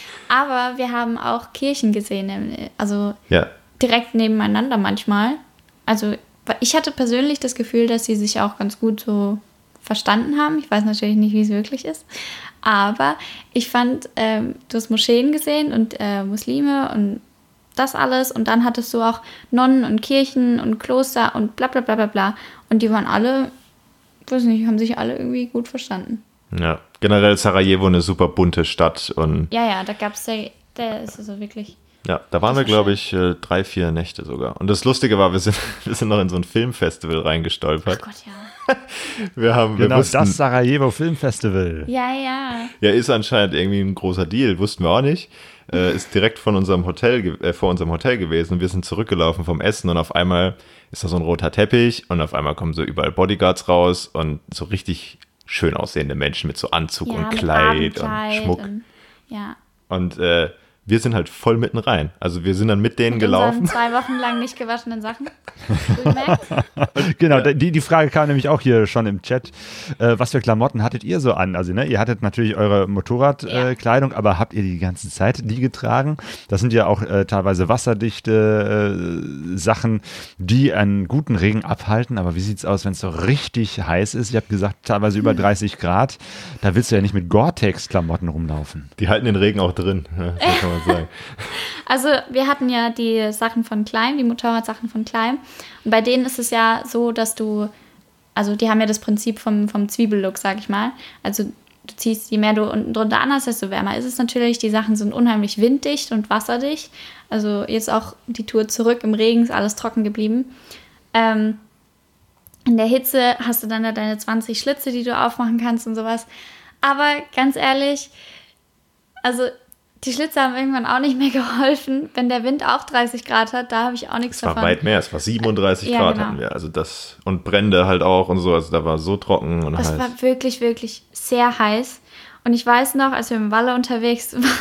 Aber wir haben auch Kirchen gesehen, im- also Ja. direkt nebeneinander manchmal. Also ich hatte persönlich das Gefühl, dass sie sich auch ganz gut so verstanden haben. Ich weiß natürlich nicht, wie es wirklich ist. Aber ich fand, ähm, du hast Moscheen gesehen und äh, Muslime und das alles. Und dann hattest du auch Nonnen und Kirchen und Kloster und bla bla bla bla bla. Und die waren alle, weiß nicht, haben sich alle irgendwie gut verstanden. Ja. Generell Sarajevo eine super bunte Stadt und Ja, ja, da gab es, der, der ist also wirklich... ja, da waren Das wir, war glaube ich, äh, drei, vier Nächte sogar. Und das Lustige war, wir sind, wir sind noch in so ein Filmfestival Ach reingestolpert. Gott, ja. Wir haben, wir Genau, wussten, das Sarajevo Filmfestival. Ja, ja. ja, ist anscheinend irgendwie ein großer Deal, wussten wir auch nicht. Äh, ist direkt von unserem Hotel, ge- äh, vor unserem Hotel gewesen und wir sind zurückgelaufen vom Essen und auf einmal ist da so ein roter Teppich und auf einmal kommen so überall Bodyguards raus und so richtig schön aussehende Menschen mit so Anzug Ja, und mit Kleid und Abendkleid Schmuck. Und, ja. Und äh, wir sind halt voll mitten rein. Also wir sind dann mit denen Mit gelaufen. unseren zwei Wochen lang nicht gewaschenen Sachen. Gemerkt? Genau, die, die Frage kam nämlich auch hier schon im Chat. Äh, was für Klamotten hattet ihr so an? Also, ne, ihr hattet natürlich eure Motorradkleidung, Ja. äh, aber habt ihr die ganze Zeit die getragen? Das sind ja auch äh, teilweise wasserdichte äh, Sachen, die einen guten Regen abhalten. Aber wie sieht es aus, wenn es so richtig heiß ist? Ihr habt gesagt, teilweise über dreißig Grad. Da willst du ja nicht mit Gore-Tex-Klamotten rumlaufen. Die halten den Regen auch drin, ja, so kann man sagen. Also wir hatten ja die Sachen von Klein, die Motorradsachen von Klein. Und bei denen ist es ja so, dass du, also die haben ja das Prinzip vom, vom Zwiebellook, sag ich mal. Also du ziehst, je mehr du unten drunter anhast, desto wärmer ist es natürlich. Die Sachen sind unheimlich winddicht und wasserdicht. Also jetzt auch die Tour zurück im Regen ist alles trocken geblieben. Ähm, in der Hitze hast du dann da deine zwanzig Schlitze, die du aufmachen kannst und sowas. Aber ganz ehrlich, also die Schlitze haben irgendwann auch nicht mehr geholfen. Wenn der Wind auch dreißig Grad hat, da habe ich auch nichts Es war davon. weit mehr, es war siebenunddreißig Ja, Grad genau. hatten wir. Also das, und Brände halt auch und so. Also da war so trocken und Es heiß. war wirklich, wirklich sehr heiß. Und ich weiß noch, als wir im Walle unterwegs waren,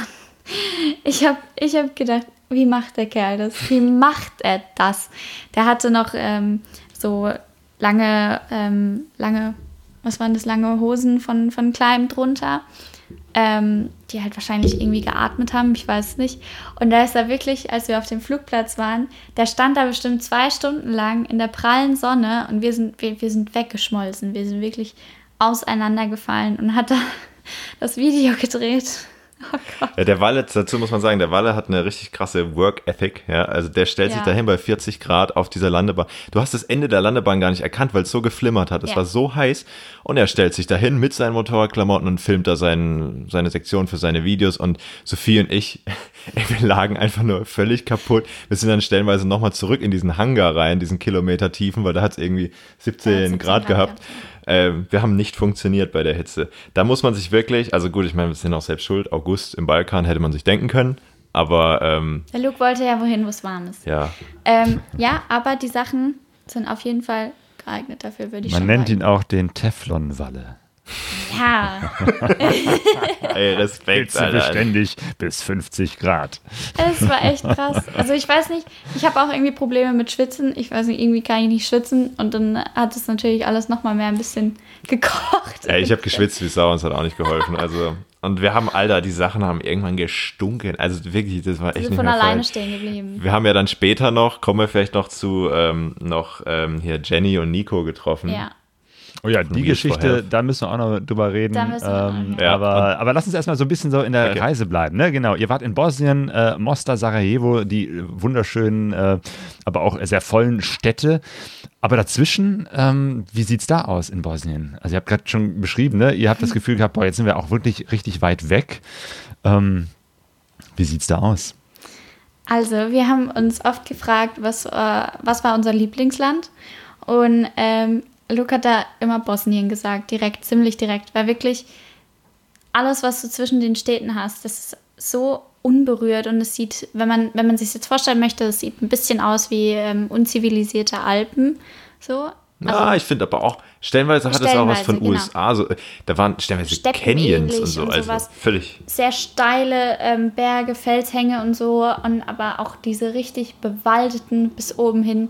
ich habe ich hab gedacht, wie macht der Kerl das? Wie macht er das? Der hatte noch ähm, so lange, ähm, lange, was waren das, lange Hosen von, von Klein drunter, ähm, die halt wahrscheinlich irgendwie geatmet haben, ich weiß es nicht. Und da ist er wirklich, als wir auf dem Flugplatz waren, der stand da bestimmt zwei Stunden lang in der prallen Sonne und wir sind, wir, wir sind weggeschmolzen. Wir sind wirklich auseinandergefallen und hat da das Video gedreht. Oh Gott. Ja, der Walle, dazu muss man sagen, der Walle hat eine richtig krasse Work-Ethic. Ja? Also der stellt Ja. sich dahin bei vierzig Grad auf dieser Landebahn. Du hast das Ende der Landebahn gar nicht erkannt, weil es so geflimmert hat. Es Ja. war so heiß und er stellt sich dahin mit seinen Motorradklamotten und filmt da sein, seine Sektion für seine Videos. Und Sophie und ich, ey, wir lagen einfach nur völlig kaputt. Wir sind dann stellenweise nochmal zurück in diesen Hangar rein, diesen Kilometer Tiefen, weil da hat es irgendwie siebzehn, Ja, siebzehn Grad Grad gehabt. gehabt. Ähm, wir haben nicht funktioniert bei der Hitze. Da muss man sich wirklich, also gut, ich meine, wir sind auch selbst schuld. August im Balkan hätte man sich denken können, aber ähm, Der Luke wollte ja wohin, wo es warm ist. ja, Ähm, ja, aber die Sachen sind auf jeden Fall geeignet dafür, würde ich Man schon nennt sagen. ihn auch den Teflon-Walle. Ja, ey, Respekt, Alter. Hitzebeständig bis fünfzig Grad. es war echt krass. Also ich weiß nicht, ich habe auch irgendwie Probleme mit Schwitzen. Ich weiß nicht, irgendwie kann ich nicht schwitzen. Und dann hat es natürlich alles nochmal mehr ein bisschen gekocht. Ey, ich habe geschwitzt wie Sau und es hat auch nicht geholfen. Also, und wir haben, Alter, die Sachen haben irgendwann gestunken. Also wirklich, das war Wir echt sind nicht von mehr alleine fein. stehen geblieben. Wir haben ja dann später noch, kommen wir vielleicht noch zu, ähm, noch ähm, hier Jenny und Nico getroffen. Ja. Oh ja, die Wheels for Geschichte, Health. da müssen wir auch noch drüber reden. Da müssen wir auch ähm, noch, ja. aber, aber lass uns erstmal so ein bisschen so in der Okay. Reise bleiben. Ne? Genau, ihr wart in Bosnien, äh, Mostar, Sarajevo, die äh, wunderschönen, äh, aber auch sehr vollen Städte. Aber dazwischen, ähm, wie sieht es da aus in Bosnien? Also ihr habt gerade schon beschrieben, ne? Ihr habt das Gefühl gehabt, boah, jetzt sind wir auch wirklich richtig weit weg. Ähm, wie sieht es da aus? Also, wir haben uns oft gefragt, was, äh, was war unser Lieblingsland? Und ähm, Luke hat da immer Bosnien gesagt, direkt, ziemlich direkt, weil wirklich alles, was du zwischen den Städten hast, das ist so unberührt und es sieht, wenn man, wenn man sich das jetzt vorstellen möchte, es sieht ein bisschen aus wie ähm, unzivilisierte Alpen, so. Ah, ich finde aber auch, stellenweise hat es auch was von Stellenweise, U S A. So, äh, da waren stellenweise Steppen Canyons ähnlich und so. und Also sowas. völlig. Sehr steile ähm, Berge, Felshänge und so und aber auch diese richtig bewaldeten bis oben hin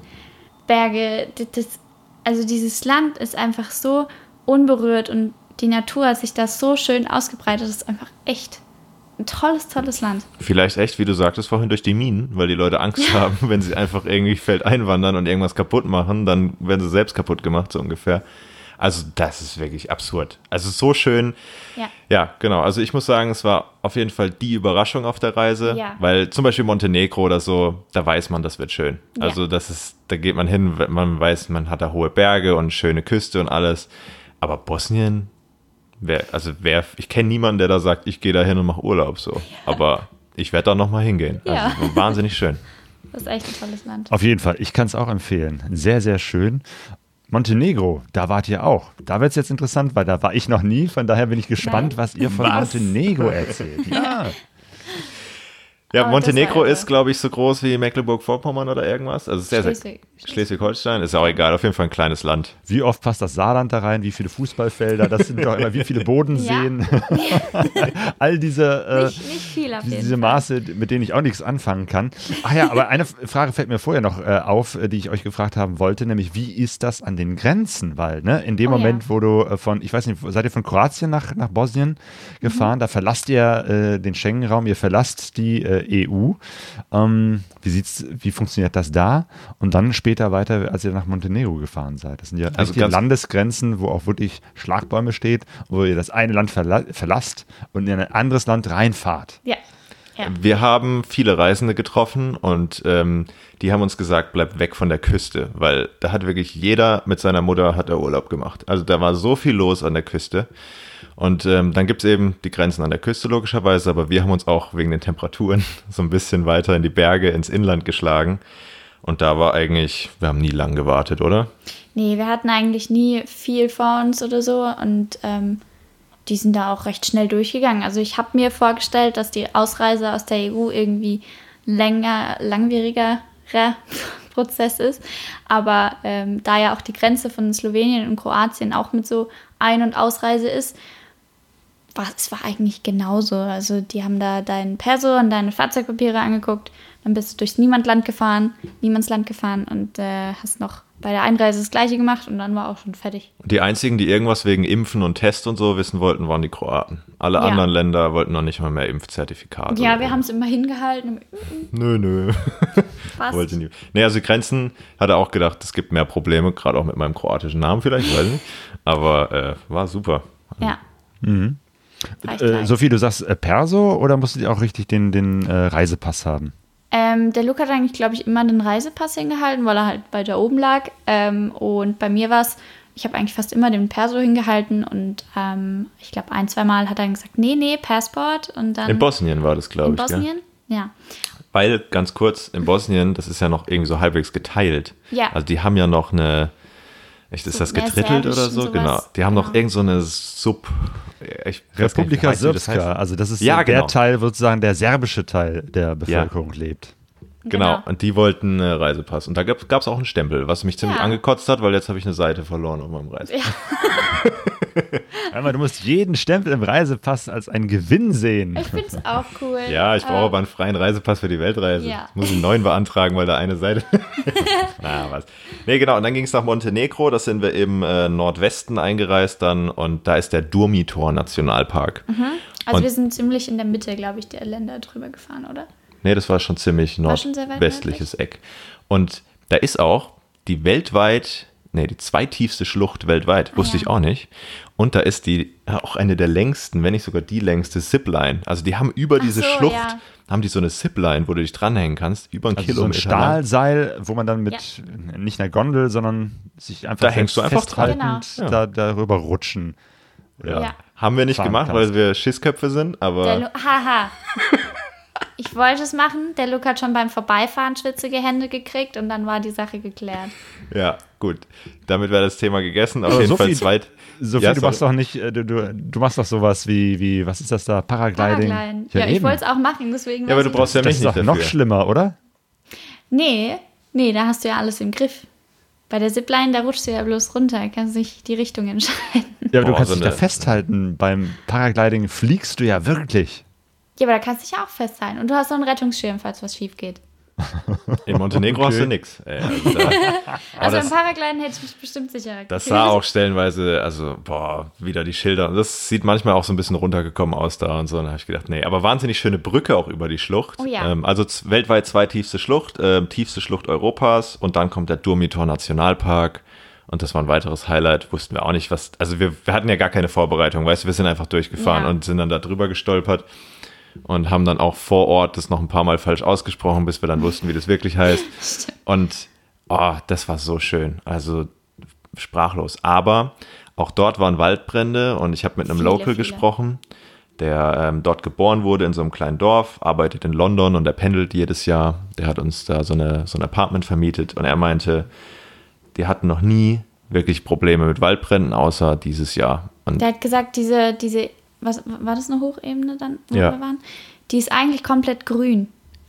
Berge. Das, das, also dieses Land ist einfach so unberührt und die Natur hat sich da so schön ausgebreitet. Das ist einfach echt ein tolles, tolles Land. Vielleicht echt, wie du sagtest vorhin, durch die Minen, weil die Leute Angst haben, wenn sie einfach irgendwie Feld einwandern und irgendwas kaputt machen, dann werden sie selbst kaputt gemacht, so ungefähr. Also das ist wirklich absurd. Also so schön. Ja. Ja, genau. Also ich muss sagen, es war auf jeden Fall die Überraschung auf der Reise, Ja. weil zum Beispiel Montenegro oder so, da weiß man, das wird schön. Ja. Also das ist, da geht man hin, wenn man weiß, man hat da hohe Berge und schöne Küste und alles. Aber Bosnien, wer, also wer, ich kenne niemanden, der da sagt, ich gehe da hin und mache Urlaub so. Aber ich werde da nochmal hingehen. Ja. Also wahnsinnig schön. Das ist echt ein tolles Land. Auf jeden Fall, ich kann es auch empfehlen. Sehr, sehr schön. Montenegro, da wart ihr auch. Da wird es jetzt interessant, weil da war ich noch nie. Von daher bin ich gespannt, Nein. was ihr von Was? Montenegro erzählt. Ja. Ja, Aber Montenegro das war ist, glaube ich, so groß wie Mecklenburg-Vorpommern oder irgendwas. Also sehr, Schleswig. sehr Schleswig-Holstein, ist ja auch egal, auf jeden Fall ein kleines Land. Wie oft passt das Saarland da rein? Wie viele Fußballfelder? Das sind doch immer, wie viele Bodenseen? All diese, äh, Nicht, nicht viel auf jeden diese Fall. Maße, mit denen ich auch nichts anfangen kann. Ach ja, aber eine Frage fällt mir vorher noch äh, auf, äh, die ich euch gefragt haben wollte, nämlich wie ist das an den Grenzen? Weil ne, in dem Oh, Moment, ja. wo du äh, von, ich weiß nicht, seid ihr von Kroatien nach, nach Bosnien gefahren? Mhm. Da verlasst ihr äh, den Schengen-Raum, ihr verlasst die äh, E U. Ähm, wie sieht's, wie funktioniert das da? Und dann später weiter, als ihr nach Montenegro gefahren seid. Das sind ja Also also ganz- Landesgrenzen, wo auch wirklich Schlagbäume steht, wo ihr das eine Land verla verlasst und in ein anderes Land reinfahrt. Ja. ja. Wir haben viele Reisende getroffen und ähm, die haben uns gesagt, bleibt weg von der Küste, weil da hat wirklich jeder mit seiner Mutter hat er Urlaub gemacht. Also da war so viel los an der Küste. Und ähm, dann gibt es eben die Grenzen an der Küste logischerweise, aber wir haben uns auch wegen den Temperaturen so ein bisschen weiter in die Berge, ins Inland geschlagen. Und da war eigentlich, wir haben nie lang gewartet, oder? Nee, wir hatten eigentlich nie viel vor uns oder so und ähm, die sind da auch recht schnell durchgegangen. Also ich habe mir vorgestellt, dass die Ausreise aus der E U irgendwie länger, langwierigerer Prozess ist. Aber ähm, da ja auch die Grenze von Slowenien und Kroatien auch mit so Ein- und Ausreise ist, war, es war eigentlich genauso. Also die haben da deinen Perso und deine Fahrzeugpapiere angeguckt, dann bist du durchs Niemandland gefahren, Niemandsland gefahren und äh, hast noch bei der Einreise das Gleiche gemacht und dann war auch schon fertig. Die einzigen, die irgendwas wegen Impfen und Test und so wissen wollten, waren die Kroaten. Alle Ja. anderen Länder wollten noch nicht mal mehr Impfzertifikate. Ja, oder wir so. haben es immer hingehalten. Nö, nö. Fast. Wollte nie. Nee, also die Grenzen, hat er auch gedacht, es gibt mehr Probleme, gerade auch mit meinem kroatischen Namen vielleicht, weiß nicht. Aber äh, war super. Ja. Mhm. Reicht Äh, gleich. Sophie, du sagst äh, Perso oder musstet ihr auch richtig den, den äh, Reisepass haben? Ähm, der Luke hat eigentlich, glaube ich, immer den Reisepass hingehalten, weil er halt weiter oben lag. Ähm, und bei mir war es, ich habe eigentlich fast immer den Perso hingehalten und ähm, ich glaube, ein, zwei Mal hat er dann gesagt, nee, nee, Passport. Und dann In Bosnien war das, glaube in ich. Gell? Bosnien? Ja. Weil, ganz kurz, in Bosnien, das ist ja noch irgendwie so halbwegs geteilt. Ja. Also die haben ja noch eine, echt, ist So das mehr getrittelt Serbisch oder und so? sowas. Genau. Die haben noch Genau. irgend so eine Sub... Ich weiß gar nicht, Republika wie heißt die, das Srpska, heißt- also das ist Ja, so der genau. Teil, sozusagen der serbische Teil der Bevölkerung lebt. Genau, Genau. und die wollten einen Reisepass. Und da gab es auch einen Stempel, was mich ziemlich Ja. angekotzt hat, weil jetzt habe ich eine Seite verloren auf meinem Reisepass. Ja. Einmal, du musst jeden Stempel im Reisepass als einen Gewinn sehen. Ich finde es auch cool. Ja, ich brauche Ähm, aber einen freien Reisepass für die Weltreise. Ja. Ich muss einen neuen beantragen, weil da eine Seite... Na, was. Nee, genau, und dann ging es nach Montenegro, da sind wir im äh, Nordwesten eingereist dann und da ist der Durmitor-Nationalpark. Also und- wir sind ziemlich in der Mitte, glaube ich, der Länder drüber gefahren, oder? Nee, das war schon ziemlich War schon sehr weit nordwestliches Eck. Und da ist auch die weltweit, nee, die zweitiefste Schlucht weltweit, wusste Ah, ja. ich auch nicht. Und da ist die auch eine der längsten, wenn nicht sogar die längste Zipline. Also die haben über Ach diese so, Schlucht, ja. haben die so eine Zipline, wo du dich dranhängen kannst, über einen Also so ein Kilometer lang. Stahlseil, wo man dann mit nicht einer Gondel, sondern sich einfach Da hängst du einfach dran. festhaltend Genau. da, darüber rutschen. Ja. Ja. Haben wir nicht Fahren gemacht, kannst. weil wir Schissköpfe sind, Der aber Lu Haha. Ich wollte es machen. Der Luke hat schon beim Vorbeifahren schwitzige Hände gekriegt und dann war die Sache geklärt. ja, gut. Damit wäre das Thema gegessen. Auf Aber jeden Fall Sophie- zweit. Sophie, Ja, du sorry. machst doch nicht, äh, du, du, du machst doch sowas wie, wie, was ist das da, Paragliding? Paragliden. Ja, ich eben. wollte es auch machen, deswegen. Ja, aber weiß du ich brauchst ja Das mich ist nicht doch noch dafür. schlimmer, oder? Nee, nee, da hast du ja alles im Griff. Bei der Zipline, da rutschst du ja bloß runter, kannst nicht die Richtung entscheiden. Ja, aber du Boah, kannst so dich da eine- festhalten. Beim Paragliding fliegst du ja wirklich. Ja, aber da kannst du dich ja auch festhalten. Und du hast noch einen Rettungsschirm, falls was schief geht. In Montenegro hast du nix. Ey, also da, aber Also das, im Paragliden hätte ich mich bestimmt sicher das gefühlt. sah auch stellenweise, also boah, wieder die Schilder. Und das sieht manchmal auch so ein bisschen runtergekommen aus da und so. Und da habe ich gedacht, nee, aber wahnsinnig schöne Brücke auch über die Schlucht. Oh ja. Ähm, also z- weltweit zweitiefste Schlucht, ähm, tiefste Schlucht Europas und dann kommt der Durmitor Nationalpark. Und das war ein weiteres Highlight, wussten wir auch nicht, was. Also wir, wir hatten ja gar keine Vorbereitung, weißt du, wir sind einfach durchgefahren Ja. und sind dann da drüber gestolpert und haben dann auch vor Ort das noch ein paar Mal falsch ausgesprochen, bis wir dann wussten, wie das wirklich heißt. Und oh, das war so schön. Also sprachlos. Aber auch dort waren Waldbrände und ich habe mit einem Viele, Local viele. gesprochen, der ähm, dort geboren wurde in so einem kleinen Dorf, arbeitet in London und der pendelt jedes Jahr. Der hat uns da so, eine, so ein Apartment vermietet und er meinte, die hatten noch nie wirklich Probleme mit Waldbränden, außer dieses Jahr. Und Der hat gesagt, diese, diese, was war das, eine Hochebene dann, wo Ja. wir waren? Die ist eigentlich komplett grün.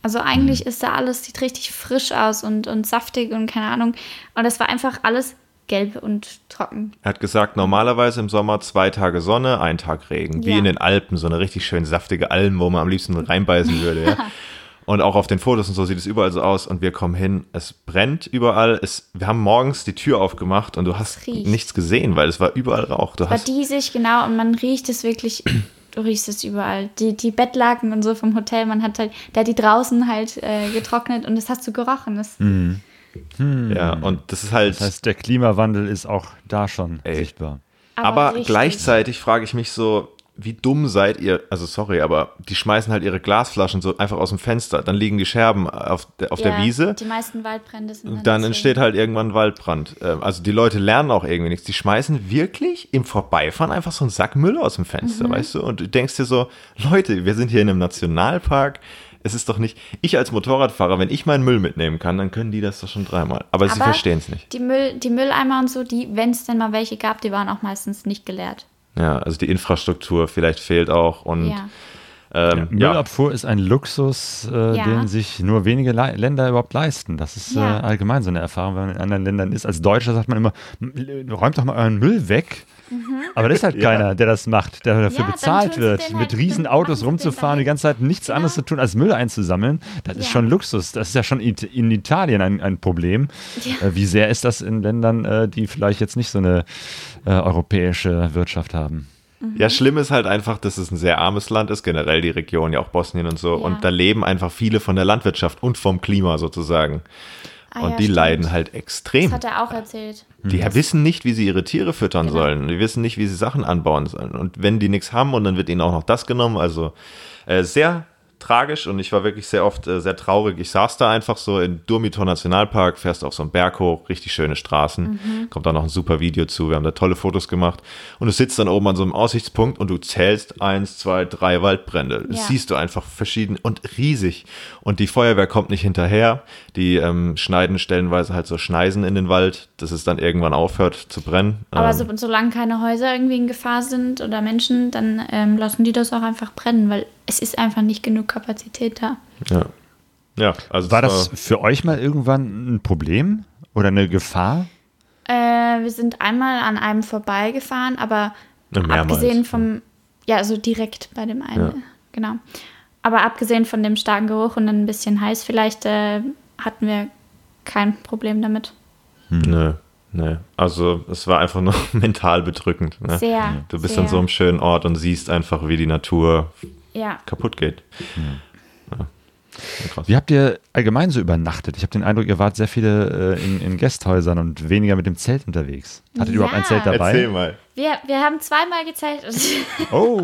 Also eigentlich mhm. ist da alles, sieht richtig frisch aus und, und saftig und keine Ahnung. Und das war einfach alles gelb und trocken. Er hat gesagt, normalerweise im Sommer zwei Tage Sonne, ein Tag Regen. Ja. Wie in den Alpen, so eine richtig schön saftige Alm, wo man am liebsten reinbeißen würde. Ja. Und auch auf den Fotos und so sieht es überall so aus. Und wir kommen hin, es brennt überall. Es, wir haben morgens die Tür aufgemacht und du hast nichts gesehen, weil es war überall Rauch. Du es hast war diesig, genau, und man riecht es wirklich... Du riechst es überall. Die, die Bettlaken und so vom Hotel, man hat halt, der hat die draußen halt äh, getrocknet und das hast du gerochen. Das Mhm. Hm. Ja, und das ist halt. Das heißt, der Klimawandel ist auch da schon ey. sichtbar. Aber, aber gleichzeitig frage ich mich so, wie dumm seid ihr? Also sorry, aber die schmeißen halt ihre Glasflaschen so einfach aus dem Fenster. Dann liegen die Scherben auf der, auf ja, der Wiese. Die meisten Waldbrände sind dann Dann entsteht halt irgendwann ein Waldbrand. Also die Leute lernen auch irgendwie nichts. Die schmeißen wirklich im Vorbeifahren einfach so einen Sack Müll aus dem Fenster, mhm. weißt du? Und du denkst dir so, Leute, wir sind hier in einem Nationalpark. Es ist doch nicht, ich als Motorradfahrer, wenn ich meinen Müll mitnehmen kann, dann können die das doch schon dreimal. Aber, Aber sie verstehen es nicht. Die, Müll, die Mülleimer und so, die, wenn es denn mal welche gab, die waren auch meistens nicht geleert. Ja, also die Infrastruktur vielleicht fehlt auch. Und ja. Ähm, ja, Müllabfuhr ja. ist ein Luxus, äh, ja. den sich nur wenige Le- Länder überhaupt leisten. Das ist ja. äh, allgemein so eine Erfahrung, wenn man in anderen Ländern ist. Als Deutscher sagt man immer, räumt doch mal euren Müll weg. Mhm. Aber das ist halt keiner, ja. der das macht, der dafür ja, bezahlt wird, halt mit riesen Autos rumzufahren, die ganze Zeit nichts genau. anderes zu tun, als Müll einzusammeln. Das ja. ist schon Luxus. Das ist ja schon in Italien ein, ein Problem. Ja. Äh, wie sehr ist das in Ländern, äh, die vielleicht jetzt nicht so eine äh, europäische Wirtschaft haben? Ja, schlimm ist halt einfach, dass es ein sehr armes Land ist, generell die Region, ja auch Bosnien und so. Ja. Und da leben einfach viele von der Landwirtschaft und vom Klima sozusagen. Ah, und ja, die stimmt. leiden halt extrem. Das hat er auch erzählt. Die das wissen nicht, wie sie ihre Tiere füttern genau. sollen. Die wissen nicht, wie sie Sachen anbauen sollen. Und wenn die nichts haben und dann wird ihnen auch noch das genommen. Also äh, sehr tragisch und ich war wirklich sehr oft äh, sehr traurig. Ich saß da einfach so in Durmitor Nationalpark, fährst auf so einen Berg hoch, richtig schöne Straßen. Mhm. Kommt da noch ein super Video zu. Wir haben da tolle Fotos gemacht. Und du sitzt dann oben an so einem Aussichtspunkt und du zählst eins, zwei, drei Waldbrände. Das ja. siehst du einfach verschieden und riesig. Und die Feuerwehr kommt nicht hinterher. Die ähm, schneiden stellenweise halt so Schneisen in den Wald, dass es dann irgendwann aufhört zu brennen. Aber ähm, so, solange keine Häuser irgendwie in Gefahr sind oder Menschen, dann ähm, lassen die das auch einfach brennen, weil es ist einfach nicht genug Kapazität da. Ja. Ja, also war das war für euch mal irgendwann ein Problem oder eine Gefahr? Äh, wir sind einmal an einem vorbeigefahren, aber ja, abgesehen vom, ja, also direkt bei dem einen, ja. genau. Aber abgesehen von dem starken Geruch und dann ein bisschen heiß vielleicht, äh, hatten wir kein Problem damit. Hm. Nö, nö. Also es war einfach nur mental bedrückend. Ne? Sehr, Du bist sehr. an so einem schönen Ort und siehst einfach, wie die Natur ja. kaputt geht. Hm. Ja. Krass. Wie habt ihr allgemein so übernachtet? Ich habe den Eindruck, ihr wart sehr viele äh, in, in Gästhäusern und weniger mit dem Zelt unterwegs. Hattet ihr ja. überhaupt ein Zelt dabei? Erzähl mal. Wir, wir haben zweimal gezeltet. Oh.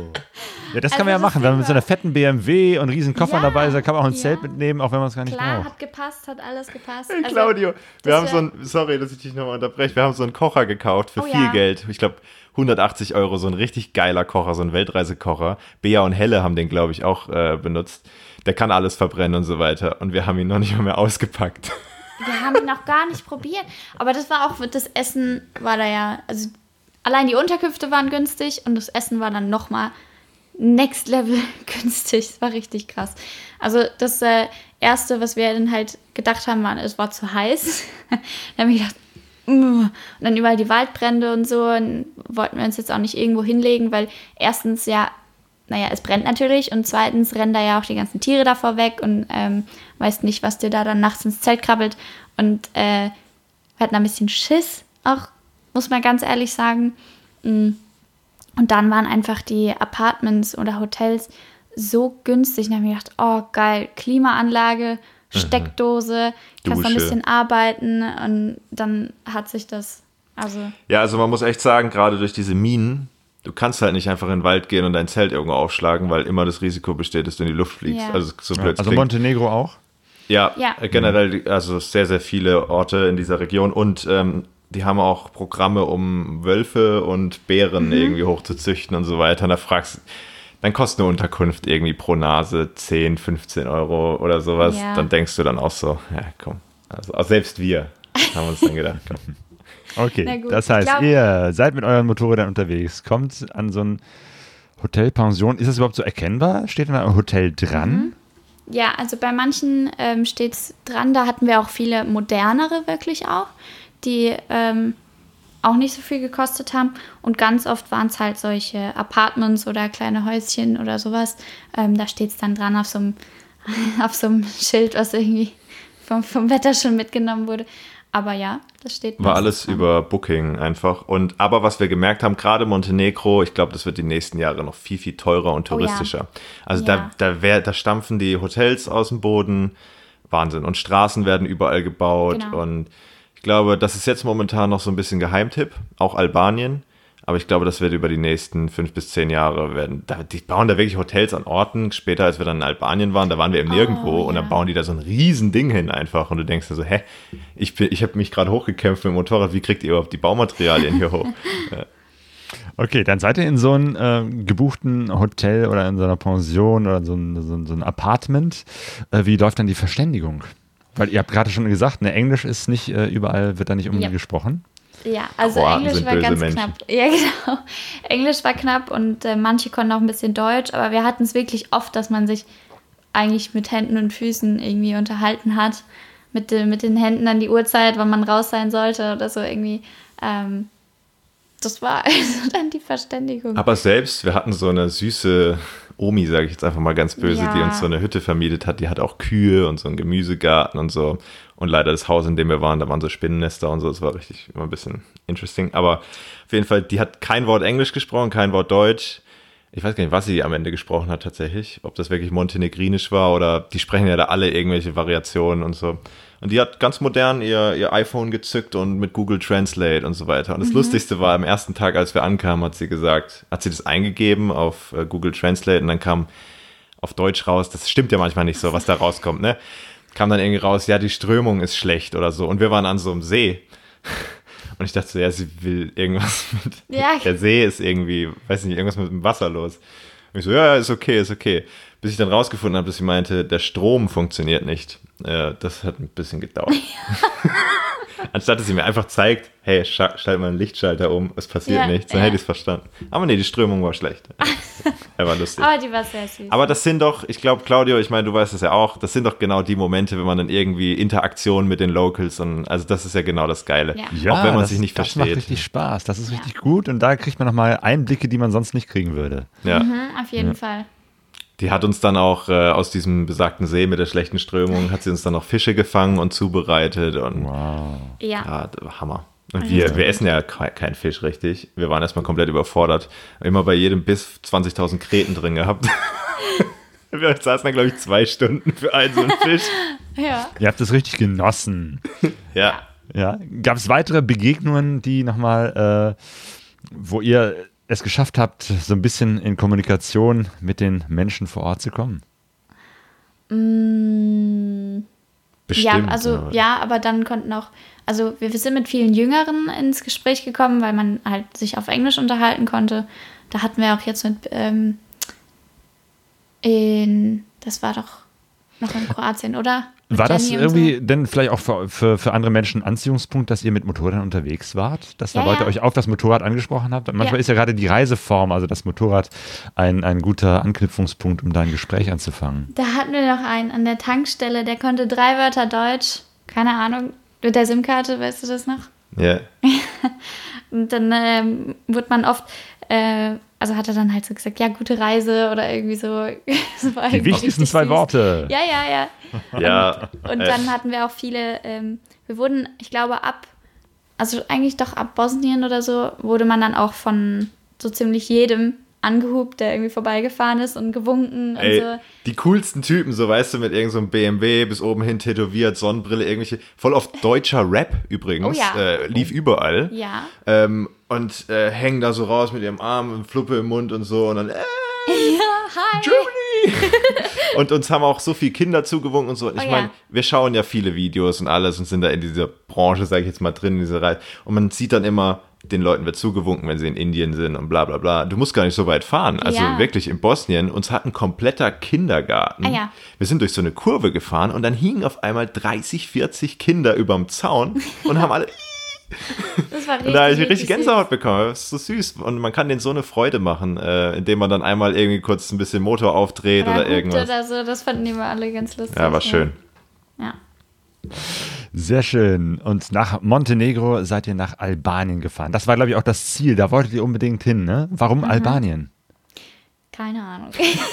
Ja, das kann also man ja machen. Wenn man mit so einer fetten B M W und riesen Koffern ja, dabei ist, dann kann man auch ein ja. Zelt mitnehmen, auch wenn man es gar nicht Klar, braucht. hat gepasst, hat alles gepasst. Hey, also, Claudio, wir haben so ein, sorry, dass ich dich nochmal unterbreche, wir haben so einen Kocher gekauft für oh, viel ja. Geld. Ich glaube, hundertachtzig Euro, so ein richtig geiler Kocher, so ein Weltreisekocher. Bea und Helle haben den, glaube ich, auch äh, benutzt. Der kann alles verbrennen und so weiter. Und wir haben ihn noch nicht mal mehr ausgepackt. Wir haben ihn noch gar nicht probiert. Aber das war auch, das Essen war da ja, also allein die Unterkünfte waren günstig und das Essen war dann nochmal next level günstig. Das war richtig krass. Also das äh, Erste, was wir dann halt gedacht haben, war, es war zu heiß. Dann haben wir gedacht, und dann überall die Waldbrände und so. Und wollten wir uns jetzt auch nicht irgendwo hinlegen, weil erstens ja, naja, es brennt natürlich und zweitens rennen da ja auch die ganzen Tiere davor weg und ähm, weißt nicht, was dir da dann nachts ins Zelt krabbelt. Und äh, wir hatten ein bisschen Schiss, auch, muss man ganz ehrlich sagen. Und dann waren einfach die Apartments oder Hotels so günstig. Und dann habe ich gedacht, oh geil, Klimaanlage, Steckdose, kannst noch ein bisschen arbeiten und dann hat sich das, also... Ja, also man muss echt sagen, gerade durch diese Minen, du kannst halt nicht einfach in den Wald gehen und dein Zelt irgendwo aufschlagen, weil immer das Risiko besteht, dass du in die Luft fliegst. Ja. Also, so ja, blöd also klingt. Montenegro auch? Ja, ja, generell, also sehr, sehr viele Orte in dieser Region und ähm, die haben auch Programme, um Wölfe und Bären mhm. irgendwie hochzuzüchten und so weiter. Und da fragst du, dann kostet eine Unterkunft irgendwie pro Nase zehn, fünfzehn Euro oder sowas. Ja. Dann denkst du dann auch so, ja komm, also auch selbst wir haben uns dann gedacht, komm. Okay, das heißt, glaub, ihr seid mit euren Motorrädern unterwegs, kommt an so ein Hotelpension. Ist das überhaupt so erkennbar? Steht da ein Hotel dran? Ja, also bei manchen ähm, steht es dran, da hatten wir auch viele modernere wirklich auch, die ähm, auch nicht so viel gekostet haben. Und ganz oft waren es halt solche Apartments oder kleine Häuschen oder sowas. Ähm, da steht es dann dran auf so einem auf so einem Schild, was irgendwie vom, vom Wetter schon mitgenommen wurde. Aber ja, das steht. War alles dran. Über Booking einfach. Und aber was wir gemerkt haben, gerade Montenegro, ich glaube, das wird die nächsten Jahre noch viel, viel teurer und touristischer. Oh ja. Also ja. da, da, wär, da stampfen die Hotels aus dem Boden. Wahnsinn. Und Straßen werden überall gebaut. Genau. Und ich glaube, das ist jetzt momentan noch so ein bisschen Geheimtipp. Auch Albanien. Aber ich glaube, das wird über die nächsten fünf bis zehn Jahre werden. Da, die bauen da wirklich Hotels an Orten. Später, als wir dann in Albanien waren, da waren wir im Nirgendwo. Oh, ja. Und dann bauen die da so ein riesen Ding hin einfach. Und du denkst dir so, hä, ich, bin, ich habe mich gerade hochgekämpft mit dem Motorrad. Wie kriegt ihr überhaupt die Baumaterialien hier hoch? Ja. Okay, dann seid ihr in so einem äh, gebuchten Hotel oder in so einer Pension oder so ein, so ein, so ein Apartment. Äh, wie läuft dann die Verständigung? Weil ihr habt gerade schon gesagt, ne, Englisch ist nicht äh, überall, wird da nicht irgendwie ja. gesprochen. Ja, also Kroaten Englisch war ganz Menschen. knapp. Ja, genau. Englisch war knapp und äh, manche konnten auch ein bisschen Deutsch, aber wir hatten es wirklich oft, dass man sich eigentlich mit Händen und Füßen irgendwie unterhalten hat. Mit, de, mit den Händen an die Uhrzeit, wann man raus sein sollte oder so irgendwie. Ähm, das war also dann die Verständigung. Aber selbst, wir hatten so eine süße Omi, sage ich jetzt einfach mal ganz böse, ja. die uns so eine Hütte vermietet hat. Die hat auch Kühe und so einen Gemüsegarten und so. Und leider das Haus, in dem wir waren, da waren so Spinnennester und so. Das war richtig immer ein bisschen interesting. Aber auf jeden Fall, die hat kein Wort Englisch gesprochen, kein Wort Deutsch. Ich weiß gar nicht, was sie am Ende gesprochen hat tatsächlich. Ob das wirklich montenegrinisch war oder die sprechen ja da alle irgendwelche Variationen und so. Und die hat ganz modern ihr, ihr iPhone gezückt und mit Google Translate und so weiter. Und das mhm. Lustigste war, am ersten Tag, als wir ankamen, hat sie gesagt, hat sie das eingegeben auf uh, Google Translate und dann kam auf Deutsch raus, das stimmt ja manchmal nicht so, was da rauskommt, ne? Kam dann irgendwie raus, ja, die Strömung ist schlecht oder so. Und wir waren an so einem See. Und ich dachte so, ja, sie will irgendwas mit, ja. der See ist irgendwie, weiß nicht, irgendwas mit dem Wasser los. Und ich so, ja, ja, ist okay, ist okay. Bis ich dann rausgefunden habe, dass sie meinte, der Strom funktioniert nicht. Äh, das hat ein bisschen gedauert. Anstatt dass sie mir einfach zeigt, hey, schalt mal einen Lichtschalter um, es passiert ja, nichts, dann ja. hätte ich es verstanden. Aber nee, die Strömung war schlecht. Er war lustig. Aber die war sehr süß. Aber das sind doch, ich glaube, Claudio, ich meine, du weißt das ja auch, das sind doch genau die Momente, wenn man dann irgendwie Interaktion mit den Locals und, also das ist ja genau das Geile. Ja, ja auch wenn man das, sich nicht das versteht. Das macht richtig Spaß, das ist ja. richtig gut und da kriegt man nochmal Einblicke, die man sonst nicht kriegen würde. Ja. Mhm, auf jeden ja. Fall. Die hat uns dann auch äh, aus diesem besagten See mit der schlechten Strömung, hat sie uns dann noch Fische gefangen und zubereitet. Und wow. Ja. ja Hammer. Und wir, wir essen ja kein Fisch richtig. Wir waren erstmal komplett überfordert. Immer bei jedem Biss zwanzigtausend Kreten drin gehabt. Wir saßen dann, glaube ich, zwei Stunden für einen so einen Fisch. Ja. Ihr habt es richtig genossen. Ja. Ja. Gab es weitere Begegnungen, die nochmal, äh, wo ihr es geschafft habt, so ein bisschen in Kommunikation mit den Menschen vor Ort zu kommen? Mm, Bestimmt. Ja, also ja. ja, aber dann konnten auch, also wir, wir sind mit vielen Jüngeren ins Gespräch gekommen, weil man halt sich auf Englisch unterhalten konnte. Da hatten wir auch jetzt mit ähm, in, das war doch noch in Kroatien, oder? Mit War das Jenny irgendwie so. denn vielleicht auch für, für, für andere Menschen ein Anziehungspunkt, dass ihr mit Motorrädern unterwegs wart? Dass da Ja, Leute ja. euch auf das Motorrad angesprochen habt? Manchmal Ja. ist ja gerade die Reiseform, also das Motorrad, ein, ein guter Anknüpfungspunkt, um da ein Gespräch anzufangen. Da hatten wir noch einen an der Tankstelle, der konnte drei Wörter Deutsch, keine Ahnung, mit der SIM-Karte, weißt du das noch? Ja. Und dann ähm, wurde man oft, äh, also hat er dann halt so gesagt, ja, gute Reise oder irgendwie so. Das war Die irgendwie wichtigsten richtig zwei süß. Worte. Ja, ja, ja. Ja. Und äh, dann hatten wir auch viele, ähm, wir wurden, ich glaube, ab, also eigentlich doch ab Bosnien oder so, wurde man dann auch von so ziemlich jedem angehupt, der irgendwie vorbeigefahren ist und gewunken und Ey, so. die coolsten Typen, so weißt du, mit irgendeinem so B M W bis oben hin tätowiert, Sonnenbrille, irgendwelche, voll oft deutscher Rap übrigens, Oh ja. äh, lief überall. Ja. Ähm, und äh, hängen da so raus mit ihrem Arm und Fluppe im Mund und so und dann, äh, Ja, hi. Germany! Und uns haben auch so viele Kinder zugewunken und so. Und ich Oh ja. meine, wir schauen ja viele Videos und alles und sind da in dieser Branche, sage ich jetzt mal, drin, in dieser Reihe. Und man sieht dann immer, den Leuten wird zugewunken, wenn sie in Indien sind und bla bla bla. Du musst gar nicht so weit fahren. Also Ja. wirklich in Bosnien, uns hat ein kompletter Kindergarten. Ah ja. Wir sind durch so eine Kurve gefahren und dann hingen auf einmal dreißig, vierzig Kinder überm Zaun und haben alle Das war richtig, Da habe ich richtig, richtig Gänsehaut bekommen. Das ist so süß. Und man kann denen so eine Freude machen, äh, indem man dann einmal irgendwie kurz ein bisschen Motor aufdreht oder, oder, oder irgendwas. Oder so, das fanden die immer alle ganz lustig. Ja, war schön. Ja. Sehr schön. Und nach Montenegro seid ihr nach Albanien gefahren. Das war, glaube ich, auch das Ziel. Da wolltet ihr unbedingt hin, ne? Warum Mhm. Albanien? Keine Ahnung.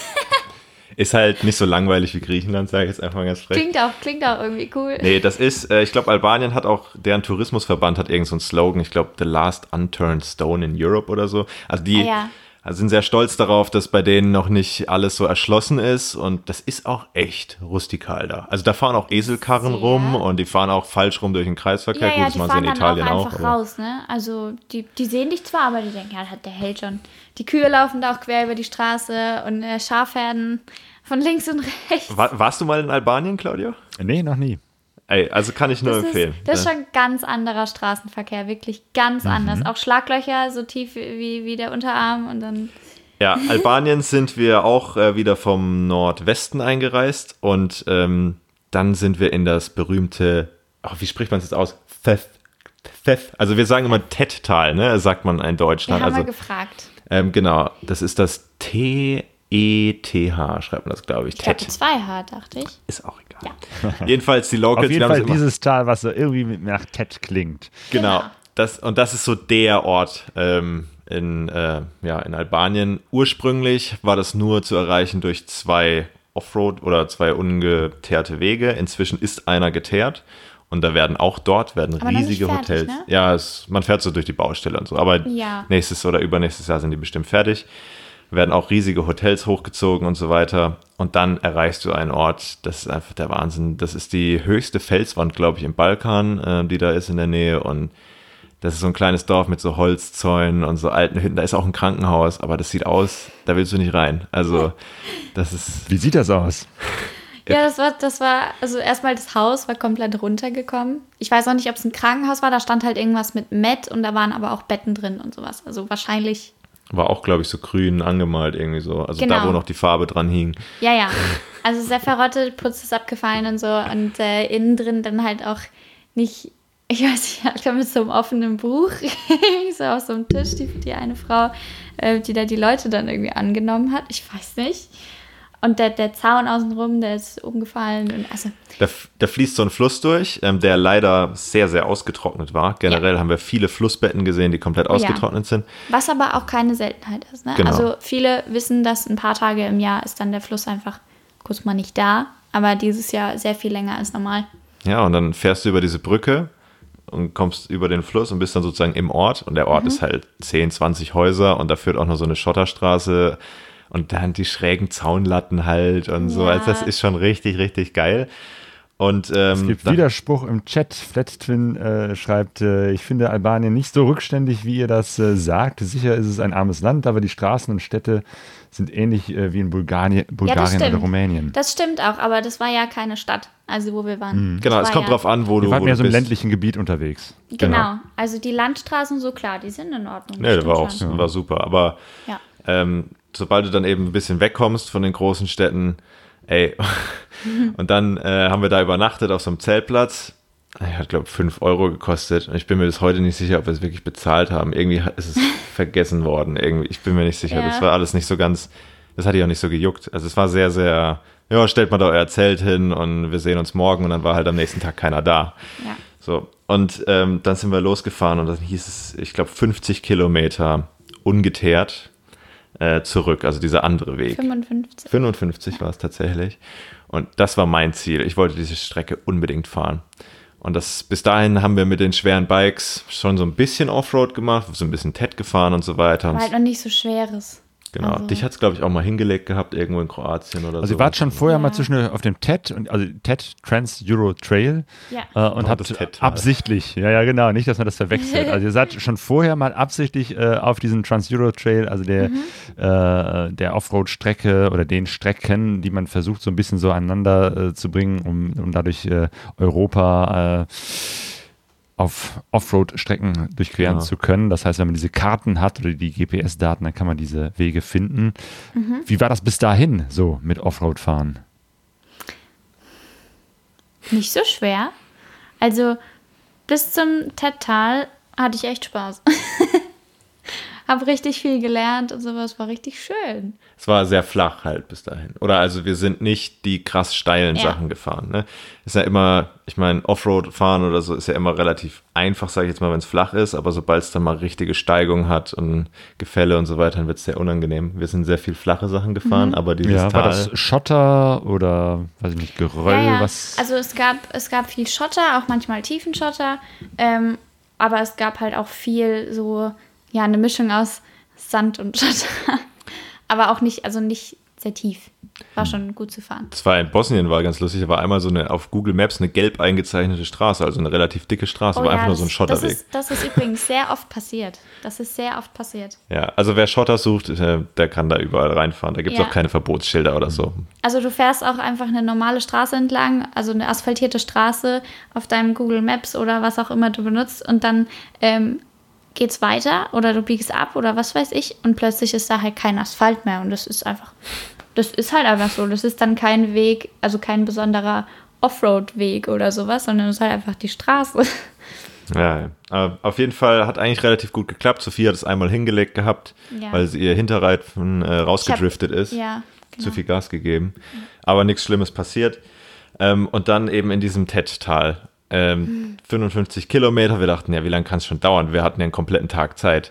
Ist halt nicht so langweilig wie Griechenland, sage ich jetzt einfach mal ganz frech. Klingt auch, klingt auch irgendwie cool. Nee, das ist, äh, ich glaube, Albanien hat auch, deren Tourismusverband hat irgend so einen Slogan, ich glaube, The Last Unturned Stone in Europe oder so. Also die Ah, ja. also sind sehr stolz darauf, dass bei denen noch nicht alles so erschlossen ist und das ist auch echt rustikal da. Also da fahren auch Eselkarren Sehr. rum und die fahren auch falsch rum durch den Kreisverkehr. Ja, Gut, ja, das die machen sie fahren in dann Italien auch auch. einfach aber- raus, ne? Also die, die sehen dich zwar, aber die denken, ja, der hält schon. Die Kühe laufen da auch quer über die Straße und äh, Schafherden von links und rechts. War, warst du mal in Albanien, Claudio? Nee, noch nie. Ey, also kann ich nur Das ist, empfehlen. das ist Ne? schon ganz anderer Straßenverkehr, wirklich ganz Mhm. anders. Auch Schlaglöcher so tief wie, wie der Unterarm und dann. Ja, Albanien sind wir auch äh, wieder vom Nordwesten eingereist und ähm, dann sind wir in das berühmte, ach, wie spricht man es jetzt aus? Theth. Theth. Also wir sagen immer Tet-Tal, ne? Sagt man in Wir Deutschland. haben Also mal gefragt. ähm, genau, das ist das T E T H, schreibt man das, glaube ich. Ich glaube, Tet. zwei H, dachte ich. Ist auch egal. Jedenfalls die Locals. Auf jeden wir haben Fall es immer- dieses Tal, was so irgendwie mit- nach Tet klingt. Genau. Genau. Das, und das ist so der Ort ähm, in, äh, ja, in Albanien. Ursprünglich war das nur zu erreichen durch zwei Offroad- oder zwei ungeteerte Wege. Inzwischen ist einer geteert. Und da werden auch dort werden Aber noch nicht riesige fertig, Hotels. ne? Ja, es, man fährt so durch die Baustelle und so. Aber Ja. nächstes oder übernächstes Jahr sind die bestimmt fertig. Werden auch riesige Hotels hochgezogen und so weiter. Und dann erreichst du einen Ort, das ist einfach der Wahnsinn. Das ist die höchste Felswand, glaube ich, im Balkan, äh, die da ist in der Nähe. Und das ist so ein kleines Dorf mit so Holzzäunen und so alten Hütten. Da ist auch ein Krankenhaus, aber das sieht aus, da willst du nicht rein. Also, das ist. Wie sieht das aus? Ja, das war, das war, also erstmal das Haus war komplett runtergekommen. Ich weiß auch nicht, ob es ein Krankenhaus war, da stand halt irgendwas mit Met und da waren aber auch Betten drin und sowas. Also wahrscheinlich, War auch, glaube ich, so grün angemalt irgendwie so. Also Genau. da, wo noch die Farbe dran hing. ja, ja. Also sehr verrottet, Putz ist abgefallen und so und äh, innen drin dann halt auch nicht, ich weiß nicht, halt mit so einem offenen Buch, so auf so einem Tisch, die, die eine Frau, äh, die da die Leute dann irgendwie angenommen hat. Ich weiß nicht. Und der, der Zaun außenrum, der ist umgefallen und also. Da, da fließt so ein Fluss durch, ähm, der leider sehr, sehr ausgetrocknet war. Generell haben wir viele Flussbetten gesehen, die komplett Oh ja. ausgetrocknet sind. Was aber auch keine Seltenheit ist. Ne? Genau. Also viele wissen, dass ein paar Tage im Jahr ist dann der Fluss einfach kurz mal nicht da. Aber dieses Jahr sehr viel länger als normal. Ja, und dann fährst du über diese Brücke und kommst über den Fluss und bist dann sozusagen im Ort. Und der Ort Mhm. ist halt zehn, zwanzig Häuser und da führt auch noch so eine Schotterstraße und dann die schrägen Zaunlatten halt und so. Ja. Also das ist schon richtig, richtig geil. Und ähm, Es gibt da- Widerspruch im Chat. Flat Twin äh, schreibt, äh, ich finde Albanien nicht so rückständig, wie ihr das äh, sagt. Sicher ist es ein armes Land, aber die Straßen und Städte sind ähnlich äh, wie in Bulgarien, Bulgarien oder stimmt. Rumänien. Das stimmt auch, aber das war ja keine Stadt, also wo wir waren. Genau, Das es war kommt ja, drauf an, wo du, Wir waren wo mehr du so im bist. ländlichen Gebiet unterwegs. Genau. genau. Also die Landstraßen, so klar, die sind in Ordnung. Nee, das stimmt war auch schon. war super. Aber Ja. ähm, sobald du dann eben ein bisschen wegkommst von den großen Städten, ey, und dann äh, haben wir da übernachtet auf so einem Zeltplatz. Er hat, glaube ich, fünf Euro gekostet. Und ich bin mir bis heute nicht sicher, ob wir es wirklich bezahlt haben. Irgendwie ist es vergessen worden. Irgendwie, ich bin mir nicht sicher. Ja. Das war alles nicht so ganz, das hat ich auch nicht so gejuckt. Also es war sehr, sehr, ja, stellt mal da euer Zelt hin und wir sehen uns morgen. Und dann war halt am nächsten Tag keiner da. Ja. So, und ähm, dann sind wir losgefahren und dann hieß es, ich glaube, fünfzig Kilometer ungeteert äh, zurück, also dieser andere Weg. fünfundfünfzig. fünfundfünfzig war es tatsächlich. Und das war mein Ziel. Ich wollte diese Strecke unbedingt fahren. Und das, bis dahin haben wir mit den schweren Bikes schon so ein bisschen Offroad gemacht, so ein bisschen Tet gefahren und so weiter. War halt noch nicht so schweres. Genau. also- Dich hat es, glaube ich, auch mal hingelegt gehabt, irgendwo in Kroatien oder Also so. ihr wart schon vorher Ja. mal zwischen auf dem T E T, und, also T E T, Trans-Euro Trail, Ja. äh, und Oh, habt das Tet-Tal. absichtlich, ja, ja, genau, nicht, dass man das verwechselt. Also ihr seid schon vorher mal absichtlich äh, auf diesen Trans-Euro Trail, also der, Mhm. äh, der Offroad-Strecke oder den Strecken, die man versucht so ein bisschen so aneinander äh, zu bringen, um, um dadurch äh, Europa äh, auf Offroad-Strecken durchqueren Genau. zu können. Das heißt, wenn man diese Karten hat oder die G P S-Daten, dann kann man diese Wege finden. Mhm. Wie war das bis dahin so mit Offroad-Fahren? Nicht so schwer. Also bis zum Tettal hatte ich echt Spaß. Habe richtig viel gelernt und sowas, war richtig schön. Es war sehr flach halt bis dahin. Oder also wir sind nicht die krass steilen Ja. Sachen gefahren. Ne? Ist ja immer, ich meine, Offroad fahren oder so ist ja immer relativ einfach, sage ich jetzt mal, wenn es flach ist. Aber sobald es dann mal richtige Steigung hat und Gefälle und so weiter, dann wird es sehr unangenehm. Wir sind sehr viel flache Sachen gefahren, Mhm. aber dieses Ja, war Tal... das Schotter oder, weiß ich nicht, Geröll? Ja, ja. Was? Also es gab, es gab viel Schotter, auch manchmal Tiefenschotter. Ähm, aber es gab halt auch viel so, ja, eine Mischung aus Sand und Schotter. Aber auch nicht, also nicht sehr tief. War schon gut zu fahren. Das war in Bosnien, war ganz lustig. Da war einmal so eine auf Google Maps eine gelb eingezeichnete Straße, also eine relativ dicke Straße, war ja, einfach nur das, so ein Schotterweg. Das ist, das ist übrigens sehr oft passiert. Das ist sehr oft passiert. Ja, also wer Schotter sucht, äh, der kann da überall reinfahren. Da gibt es Ja. auch keine Verbotsschilder oder so. Also du fährst auch einfach eine normale Straße entlang, also eine asphaltierte Straße auf deinem Google Maps oder was auch immer du benutzt und dann ähm, geht's weiter oder du biegst ab oder was weiß ich und plötzlich ist da halt kein Asphalt mehr und das ist einfach, das ist halt einfach so. Das ist dann kein Weg, also kein besonderer Offroad-Weg oder sowas, sondern es ist halt einfach die Straße. Ja, ja. Aber auf jeden Fall hat eigentlich relativ gut geklappt. Sophie hat es einmal hingelegt gehabt, Ja. weil sie ihr Hinterreifen äh, rausgedriftet ist. Ja, genau. Zu viel Gas gegeben. Aber nichts Schlimmes passiert. Ähm, und dann eben in diesem Tet-Tal. Ähm, fünfundfünfzig Kilometer. Wir dachten, ja, wie lange kann es schon dauern? Wir hatten ja einen kompletten Tag Zeit.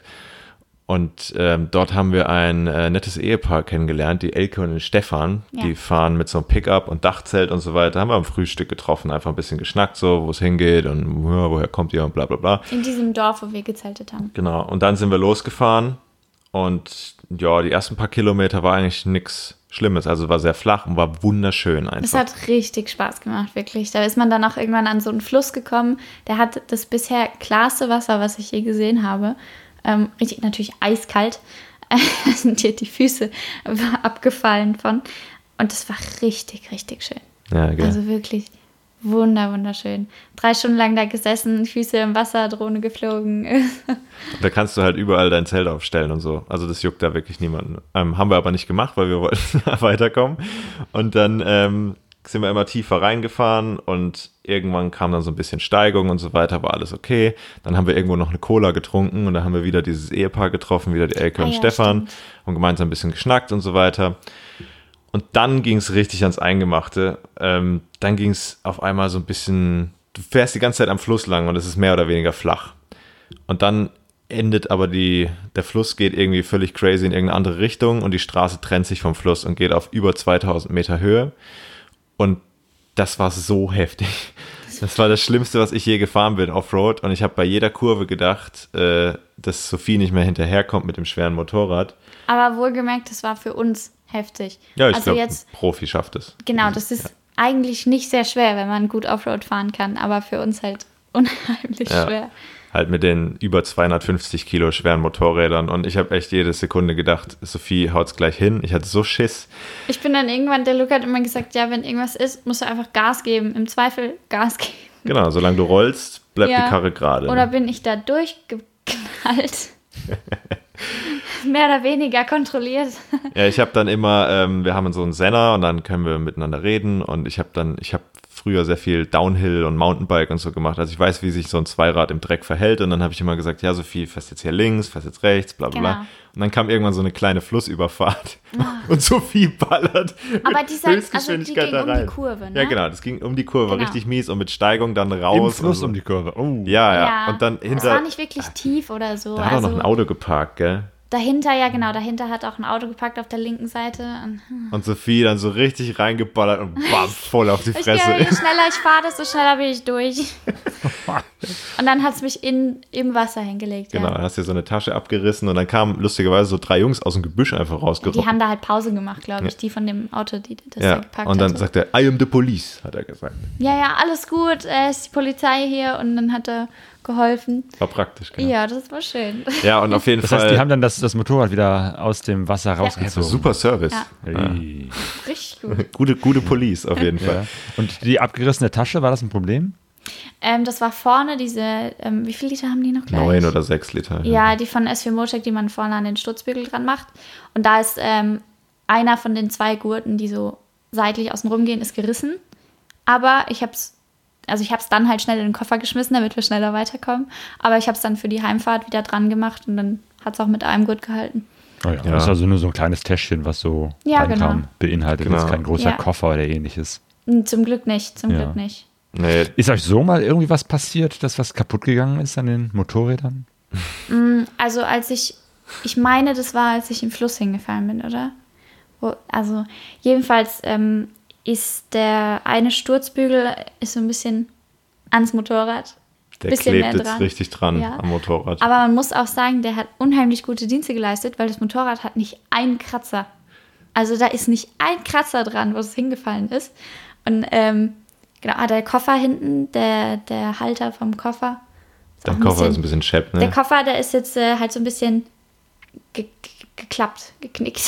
Und ähm, dort haben wir ein äh, nettes Ehepaar kennengelernt, die Elke und den Stefan. Ja. Die fahren mit so einem Pickup und Dachzelt und so weiter. Haben wir am Frühstück getroffen, einfach ein bisschen geschnackt, so, wo es hingeht und ja, woher kommt ihr und bla bla bla. In diesem Dorf, wo wir gezeltet haben. Genau, und dann sind wir losgefahren und ja, die ersten paar Kilometer war eigentlich nichts Schlimmes. Also war sehr flach und war wunderschön einfach. Es hat richtig Spaß gemacht, wirklich. Da ist man dann auch irgendwann an so einen Fluss gekommen. Der hat das bisher klarste Wasser, was ich je gesehen habe. Ähm, richtig, natürlich eiskalt. Da sind dir die Füße abgefallen von. Und es war richtig, richtig schön. Ja, genau. Also wirklich wunder, wunderschön. Drei Stunden lang da gesessen, Füße im Wasser, Drohne geflogen. Da kannst du halt überall dein Zelt aufstellen und so. Also das juckt da wirklich niemanden. Ähm, haben wir aber nicht gemacht, weil wir wollten weiterkommen. Und dann ähm, sind wir immer tiefer reingefahren und irgendwann kam dann so ein bisschen Steigung und so weiter, war alles okay. Dann haben wir irgendwo noch eine Cola getrunken und dann haben wir wieder dieses Ehepaar getroffen, wieder die Elke Ah und ja, Stefan stimmt. und gemeinsam ein bisschen geschnackt und so weiter. Und dann ging es richtig ans Eingemachte. Ähm, dann ging es auf einmal so ein bisschen, du fährst die ganze Zeit am Fluss lang und es ist mehr oder weniger flach. Und dann endet aber die, der Fluss geht irgendwie völlig crazy in irgendeine andere Richtung und die Straße trennt sich vom Fluss und geht auf über zweitausend Meter Höhe. Und das war so heftig. Das war das Schlimmste, was ich je gefahren bin, Offroad. Und ich habe bei jeder Kurve gedacht, äh, dass Sophie nicht mehr hinterherkommt mit dem schweren Motorrad. Aber wohlgemerkt, das war für uns heftig. Ja, ich also glaube, jetzt, Profi schafft es. genau, das ist eigentlich nicht sehr schwer, wenn man gut Offroad fahren kann, aber für uns halt unheimlich Ja. schwer. Halt mit den über zweihundertfünfzig Kilo schweren Motorrädern. Und ich habe echt jede Sekunde gedacht, Sophie haut's gleich hin. Ich hatte so Schiss. Ich bin dann irgendwann, der Luke hat immer gesagt, ja, wenn irgendwas ist, musst du einfach Gas geben. Im Zweifel Gas geben. Genau, solange du rollst, bleibt Ja. die Karre gerade. Oder Ne? bin ich da durchgeknallt? Mehr oder weniger kontrolliert. Ja, ich habe dann immer, ähm, wir haben so einen Senner und dann können wir miteinander reden. Und ich habe dann, ich habe früher sehr viel Downhill und Mountainbike und so gemacht. Also ich weiß, wie sich so ein Zweirad im Dreck verhält. Und dann habe ich immer gesagt, ja, Sophie, fährst jetzt hier links, fährst jetzt rechts, bla bla Genau. bla. Und dann kam irgendwann so eine kleine Flussüberfahrt. Und Sophie ballert Aber mit dieser- also die Höchstgeschwindigkeit ging da um die rein. Kurve, ne? Ja, genau, das ging um die Kurve, Genau. richtig mies und mit Steigung dann Im raus. Fluss und so. um die Kurve. Oh. Ja, ja, und dann Es hinter, war nicht wirklich tief oder so. da hat auch also noch ein Auto geparkt, gell? dahinter, ja genau, dahinter hat auch ein Auto geparkt auf der linken Seite. Und Und Sophie dann so richtig reingeballert und bam, voll auf die ich Fresse. gehe, je schneller ich fahre, desto schneller bin ich durch. Und dann hat es mich in, im Wasser hingelegt. Genau, Ja. dann hast du dir so eine Tasche abgerissen und dann kamen lustigerweise so drei Jungs aus dem Gebüsch einfach Die rausgerollt. haben da halt Pause gemacht, glaube ich, die von dem Auto, die das da Ja, geparkt und dann hat. sagt er, I am the police, hat er gesagt. Ja, ja, alles gut, äh, ist die Polizei hier und dann hat er geholfen. War praktisch, genau. Ja, das war schön. Ja, und auf jeden Das Fall. heißt, die haben dann das, das Motorrad wieder aus dem Wasser ja, rausgezogen. super Service. Ja. Ey. Richtig gut. Gute, gute Police auf jeden Ja. Fall. Und die abgerissene Tasche, war das ein Problem? Ähm, das war vorne diese, ähm, wie viel Liter haben die noch gleich? Neun oder sechs Liter. Ja, die von S vier Motec, die man vorne an den Stutzbügel dran macht. Und da ist ähm, einer von den zwei Gurten, die so seitlich außen rum gehen, ist gerissen. Aber ich habe es also ich habe es dann halt schnell in den Koffer geschmissen, damit wir schneller weiterkommen. Aber ich habe es dann für die Heimfahrt wieder dran gemacht und dann hat es auch mit einem gut gehalten. Oh ja, ja. Das ist also nur so ein kleines Täschchen, was so ja, Reinkram genau. beinhaltet. Genau. Das ist kein großer Ja. Koffer oder ähnliches. Zum Glück nicht, zum Ja. Glück nicht. Nee, Ist euch so mal irgendwie was passiert, dass was kaputt gegangen ist an den Motorrädern? Also als ich, ich meine, das war, als ich im Fluss hingefallen bin, oder? Wo, also jedenfalls ähm, ist der eine Sturzbügel ist so ein bisschen ans Motorrad. der bisschen klebt mehr jetzt dran. richtig dran Ja. am Motorrad. Aber man muss auch sagen, der hat unheimlich gute Dienste geleistet, weil das Motorrad hat nicht einen Kratzer. Also da ist nicht ein Kratzer dran, wo es hingefallen ist. Und ähm, genau, ah, der Koffer hinten, der, der Halter vom Koffer. Ist der auch ein Koffer bisschen- ist ein bisschen schepp, ne? Der Koffer, der ist jetzt äh, halt so ein bisschen ge ge geklappt, geknickt.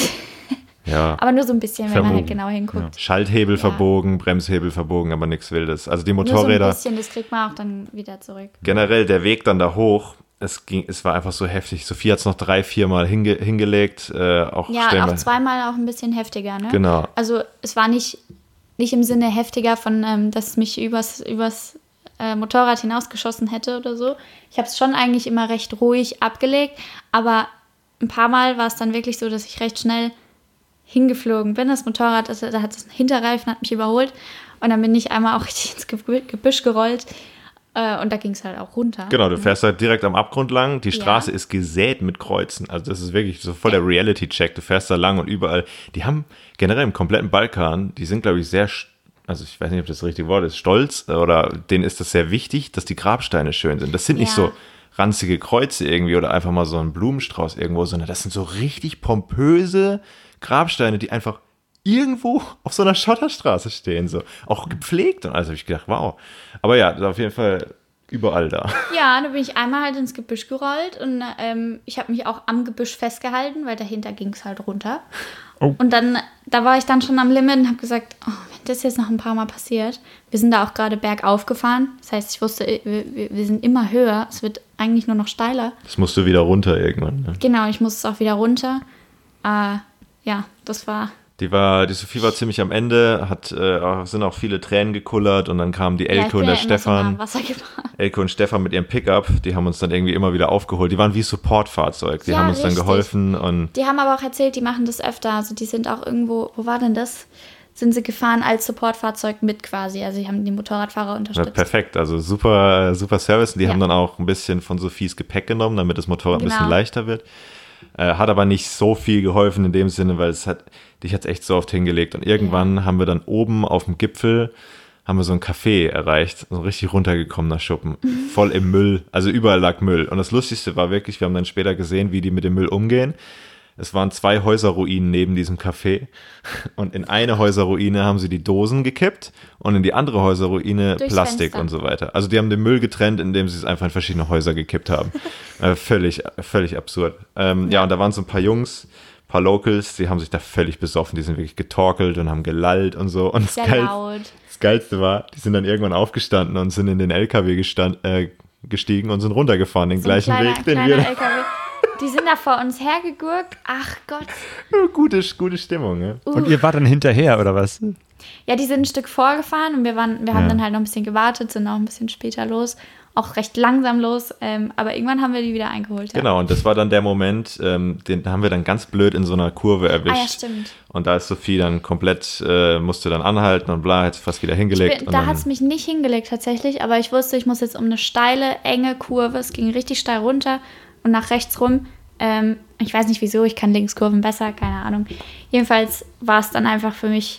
ja. Aber nur so ein bisschen, wenn man halt Verbogen. genau hinguckt. Schalthebel Ja. verbogen, Bremshebel verbogen, aber nichts Wildes. Also die Nur so ein Motorräder, bisschen, das kriegt man auch dann wieder zurück. generell der Weg dann da hoch, es ging, es war einfach so heftig. Sophie hat es noch drei, vier Mal hinge, hingelegt. Äh, auch Ja, stellenweise- auch zweimal auch ein bisschen heftiger, ne? Genau. Also es war nicht, nicht im Sinne heftiger von, ähm, dass es mich übers, übers äh, Motorrad hinausgeschossen hätte oder so. Ich habe es schon eigentlich immer recht ruhig abgelegt, aber ein paar Mal war es dann wirklich so, dass ich recht schnell hingeflogen bin. Das Motorrad, also, da hat das Hinterreifen hat mich überholt und dann bin ich einmal auch richtig ins Gebü- Gebüsch gerollt äh, und da ging es halt auch runter. Genau, du fährst halt direkt am Abgrund lang. Die Ja. Straße ist gesät mit Kreuzen. Also das ist wirklich so voll der Reality-Check. Du fährst da lang und überall. Die haben generell im kompletten Balkan, die sind, glaube ich, sehr, st- also ich weiß nicht, ob das das richtige Wort ist, stolz oder denen ist das sehr wichtig, dass die Grabsteine schön sind. Das sind nicht Ja. so ranzige Kreuze irgendwie oder einfach mal so ein Blumenstrauß irgendwo, sondern das sind so richtig pompöse Grabsteine, die einfach irgendwo auf so einer Schotterstraße stehen, so auch gepflegt und alles. Habe ich gedacht, wow. Aber ja, das ist auf jeden Fall überall da. Ja, da bin ich einmal halt ins Gebüsch gerollt und ähm, ich habe mich auch am Gebüsch festgehalten, weil dahinter ging es halt runter. Oh. Und dann, da war ich dann schon am Limit und habe gesagt, oh, wenn das jetzt noch ein paar Mal passiert. Wir sind da auch gerade bergauf gefahren. Das heißt, ich wusste, wir, wir, wir sind immer höher. Es wird eigentlich nur noch steiler. Das musst du wieder runter irgendwann. Ne? Genau, ich musste auch wieder runter. Äh, ja, das war... Die war, die Sophie war ziemlich am Ende, hat, äh, auch- sind auch viele Tränen gekullert und dann kamen die ja, ich Elke bin und der ja immer so nah Stefan. am Wasser gefahren. Elke und Stefan mit ihrem Pickup, die haben uns dann irgendwie immer wieder aufgeholt. Die waren wie Supportfahrzeug. Die Ja, haben uns dann richtig. geholfen und Die haben aber auch erzählt, die machen das öfter. Also die sind auch irgendwo, wo war denn das? Sind sie gefahren als Supportfahrzeug mit quasi. Also die haben die Motorradfahrer ja, unterstützt. perfekt. Also super, super Service. Und die Ja. haben dann auch ein bisschen von Sophies Gepäck genommen, damit das Motorrad ein bisschen Genau. leichter wird. Äh, hat aber nicht so viel geholfen in dem Sinne, weil es hat, dich hat es echt so oft hingelegt. Und irgendwann haben wir dann oben auf dem Gipfel haben wir so ein Café erreicht, so ein richtig runtergekommener Schuppen, Mhm. voll im Müll, also überall lag Müll. Und das Lustigste war wirklich, wir haben dann später gesehen, wie die mit dem Müll umgehen. Es waren zwei Häuserruinen neben diesem Café und in eine Häuserruine haben sie die Dosen gekippt und in die andere Häuserruine Durchs Plastik Fenster. und so weiter. Also die haben den Müll getrennt, indem sie es einfach in verschiedene Häuser gekippt haben. äh, völlig, völlig absurd. Ähm, ja, und da waren so ein paar Jungs, ein paar Locals, die haben sich da völlig besoffen, die sind wirklich getorkelt und haben gelallt und so. Und das, Sehr Geil, laut. das Geilste war, die sind dann irgendwann aufgestanden und sind in den L K W gestand, äh, gestiegen und sind runtergefahren, den So ein gleichen kleiner, Weg, den kleiner wir. L K W. Die sind da vor uns hergegurkt. Ach Gott. gute, gute Stimmung, ja. Und ihr wart dann hinterher, oder was? Ja, die sind ein Stück vorgefahren und wir, waren, wir haben Ja. dann halt noch ein bisschen gewartet, sind auch ein bisschen später los. Auch recht langsam los. Ähm, aber irgendwann haben wir die wieder eingeholt. Ja. Genau, und das war dann der Moment, ähm, den haben wir dann ganz blöd in so einer Kurve erwischt. Ah ja, stimmt. Und da ist Sophie dann komplett, äh, musste dann anhalten und bla, hat fast wieder hingelegt. Bin, und da dann, hat es mich nicht hingelegt tatsächlich, aber ich wusste, ich muss jetzt um eine steile, enge Kurve, es ging richtig steil runter und nach rechts rum. Ähm, ich weiß nicht wieso, ich kann Linkskurven besser, keine Ahnung. Jedenfalls war es dann einfach für mich,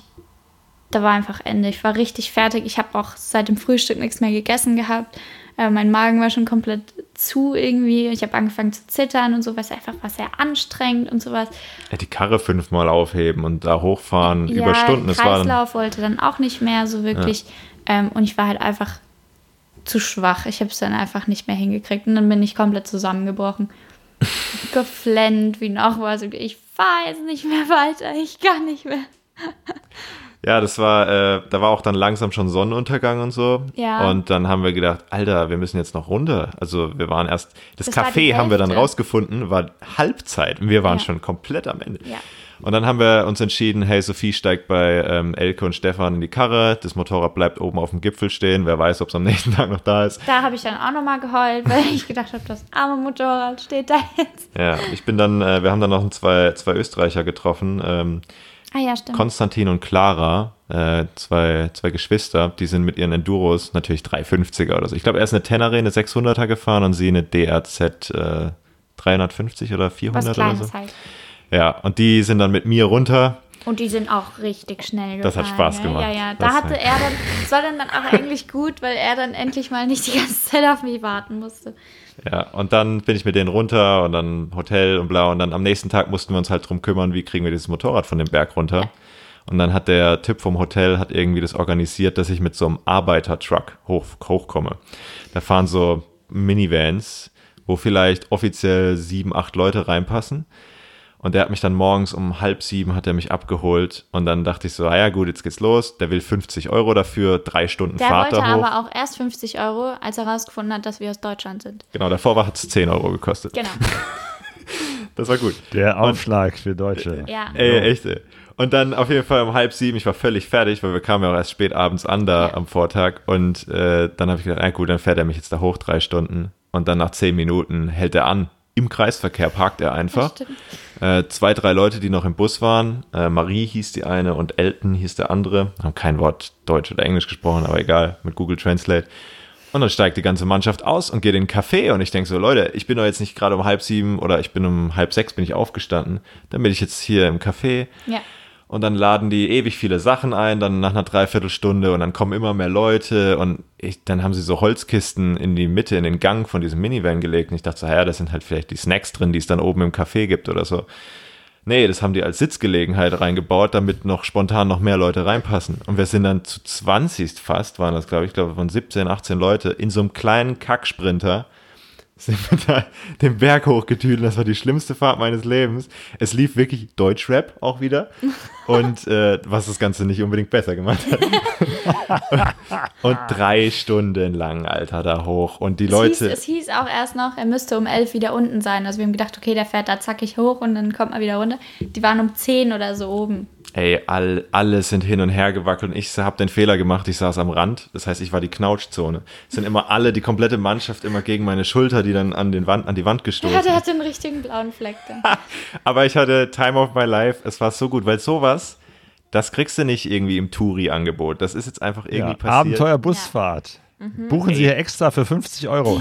da war einfach Ende. Ich war richtig fertig. Ich habe auch seit dem Frühstück nichts mehr gegessen gehabt. Äh, mein Magen war schon komplett zu irgendwie. Ich habe angefangen zu zittern und so, weil es einfach war sehr anstrengend und sowas. ja, die Karre fünfmal aufheben und da hochfahren über Stunden. Das war dann, Kreislauf wollte dann auch nicht mehr so wirklich. Ähm, und ich war halt einfach zu schwach. Ich habe es dann einfach nicht mehr hingekriegt. Und dann bin ich komplett zusammengebrochen. Geflennt wie noch was. Ich fahre jetzt nicht mehr weiter. Ich kann nicht mehr. Ja, das war, äh, da war auch dann langsam schon Sonnenuntergang und so. Ja. Und dann haben wir gedacht, Alter, wir müssen jetzt noch runter. Also wir waren erst, das, Das war Café die haben wir dann Hälfte. rausgefunden, war Halbzeit. Und wir waren Ja. schon komplett am Ende. Ja. Und dann haben wir uns entschieden, hey, Sophie steigt bei ähm, Elke und Stefan in die Karre. Das Motorrad bleibt oben auf dem Gipfel stehen. Wer weiß, ob es am nächsten Tag noch da ist. Da habe ich dann auch nochmal geheult, weil ich gedacht habe, das arme Motorrad steht da jetzt. Ja, ich bin dann, äh, wir haben dann noch zwei, zwei Österreicher getroffen. Ähm, Ah ja, stimmt. Konstantin und Clara, äh, zwei, zwei Geschwister, die sind mit ihren Enduros natürlich dreihundertfünfziger oder so. Ich glaube, er ist eine Tenere, eine sechshunderter gefahren und sie eine D R Z äh, dreihundertfünfzig oder Was vierhundert oder Kleines so. halt. Ja, und die sind dann mit mir runter. Und die sind auch richtig schnell gefahren. Das hat Spaß ja. gemacht. Ja, ja. Das Da hatte war- er dann, das war dann, dann auch eigentlich gut, weil er dann endlich mal nicht die ganze Zeit auf mich warten musste. Ja, und dann bin ich mit denen runter und dann Hotel und bla. Und dann am nächsten Tag mussten wir uns halt drum kümmern, wie kriegen wir dieses Motorrad von dem Berg runter. Ja. Und dann hat der Typ vom Hotel hat irgendwie das organisiert, dass ich mit so einem Arbeiter-Truck hoch, hochkomme. Da fahren so Minivans, wo vielleicht offiziell sieben, acht Leute reinpassen. Und der hat mich dann morgens um halb sieben hat er mich abgeholt. Und dann dachte ich so, ah ja gut, jetzt geht's los. Der will fünfzig Euro dafür, drei Stunden Der Fahrt wollte da hoch. aber auch erst fünfzig Euro, als er herausgefunden hat, dass wir aus Deutschland sind. Genau, davor war es zehn Euro gekostet. Genau. Das war gut. Der Aufschlag für Deutsche. Ja. Ey, echt, ey. Und dann auf jeden Fall um halb sieben, ich war völlig fertig, weil wir kamen ja auch erst spät abends an da Ja. am Vortag. Und äh, dann habe ich gedacht, na gut, dann fährt er mich jetzt da hoch, drei Stunden. Und dann nach zehn Minuten hält er an. Im Kreisverkehr parkt er einfach. Das stimmt. Äh, zwei, drei Leute, die noch im Bus waren. Äh, Marie hieß die eine und Elton hieß der andere. Haben kein Wort Deutsch oder Englisch gesprochen, aber egal, mit Google Translate. Und dann steigt die ganze Mannschaft aus und geht in den Café. Und ich denke so, Leute, ich bin doch jetzt nicht gerade um halb sieben oder ich bin um halb sechs bin ich aufgestanden. Dann bin ich jetzt hier im Café. Ja. Und dann laden die ewig viele Sachen ein, dann nach einer Dreiviertelstunde und dann kommen immer mehr Leute und ich, dann haben sie so Holzkisten in die Mitte, in den Gang von diesem Minivan gelegt und ich dachte so, ja, das sind halt vielleicht die Snacks drin, die es dann oben im Café gibt oder so. Nee, das haben die als Sitzgelegenheit reingebaut, damit noch spontan noch mehr Leute reinpassen. Und wir sind dann zu zwanzig fast, waren das glaube ich, glaube von siebzehn, achtzehn Leute, in so einem kleinen Kacksprinter sind wir da den Berg hochgetüdelt. Das war die schlimmste Fahrt meines Lebens. Es lief wirklich Deutschrap auch wieder. Und äh, was das Ganze nicht unbedingt besser gemacht hat. Und drei Stunden lang, Alter, da hoch. Und die Es Leute... hieß, es hieß auch erst noch, er müsste um elf wieder unten sein. Also wir haben gedacht, okay, der fährt da zackig hoch und dann kommt er wieder runter. Die waren um zehn oder so oben. Ey, all, alle sind hin und her gewackelt und ich habe den Fehler gemacht, ich saß am Rand, das heißt, ich war die Knautschzone. Es sind immer alle, die komplette Mannschaft immer gegen meine Schulter, die dann an, den Wand, an die Wand gestoßen. Ja, der hatte einen richtigen blauen Fleck dann. Aber ich hatte Time of my life, es war so gut, weil sowas, das kriegst du nicht irgendwie im Touri-Angebot. Das ist jetzt einfach irgendwie Ja, passiert. Abenteuer-Busfahrt. Buchen Sie hier extra für fünfzig Euro.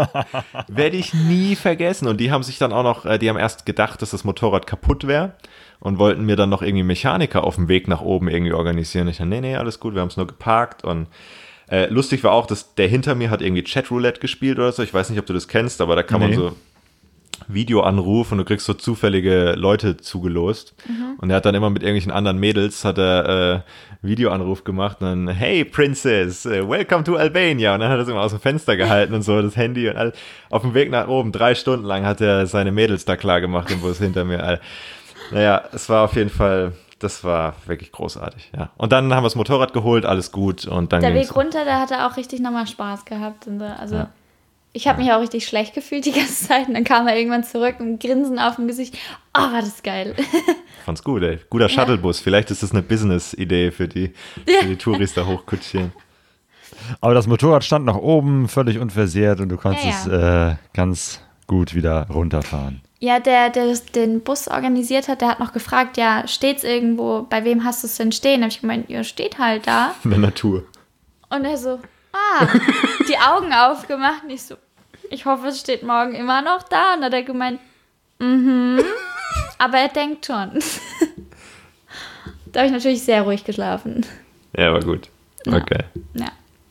Werde ich nie vergessen. Und die haben sich dann auch noch, äh, die haben erst gedacht, dass das Motorrad kaputt wäre und wollten mir dann noch irgendwie Mechaniker auf dem Weg nach oben irgendwie organisieren. Ich dachte, nee, nee, alles gut, wir haben es nur geparkt. Und äh, lustig war auch, dass der hinter mir hat irgendwie Chatroulette gespielt oder so. Ich weiß nicht, ob du das kennst, aber da kann Nee. man so Videoanruf und du kriegst so zufällige Leute zugelost. Und er hat dann immer mit irgendwelchen anderen Mädels hat er äh, Videoanruf gemacht und dann, hey Princess, uh, welcome to Albania. Und dann hat er es immer aus dem Fenster gehalten und so, das Handy und alles. Auf dem Weg nach oben, drei Stunden lang hat er seine Mädels da klar gemacht im Bus hinter mir. Alter. Naja, es war auf jeden Fall, das war wirklich großartig, ja. Und dann haben wir das Motorrad geholt, alles gut und dann Der ging's. Weg runter, da hat er auch richtig nochmal Spaß gehabt. Und so. Also Ja. ich habe mich auch richtig schlecht gefühlt die ganze Zeit. Und dann kam er irgendwann zurück und Grinsen auf dem Gesicht. Oh, war das geil. Fand's gut, ey. Guter Shuttlebus. Vielleicht ist das eine Business-Idee für die, für die Touris da hochkutschieren. Aber das Motorrad stand noch oben, völlig unversehrt und du konntest Ja, es äh, ganz gut wieder runterfahren. Ja, der, der das- den Bus organisiert hat, der hat noch gefragt, ja, steht's irgendwo, bei wem hast du es denn stehen? Da habe ich gemeint, ja, steht halt da. In der Natur. Und er so, ah, die Augen aufgemacht. Und ich so, ich hoffe, es steht morgen immer noch da. Und dann hat er gemeint, mhm, aber er denkt schon. Da habe ich natürlich sehr ruhig geschlafen. Ja, war gut. Okay. Ja.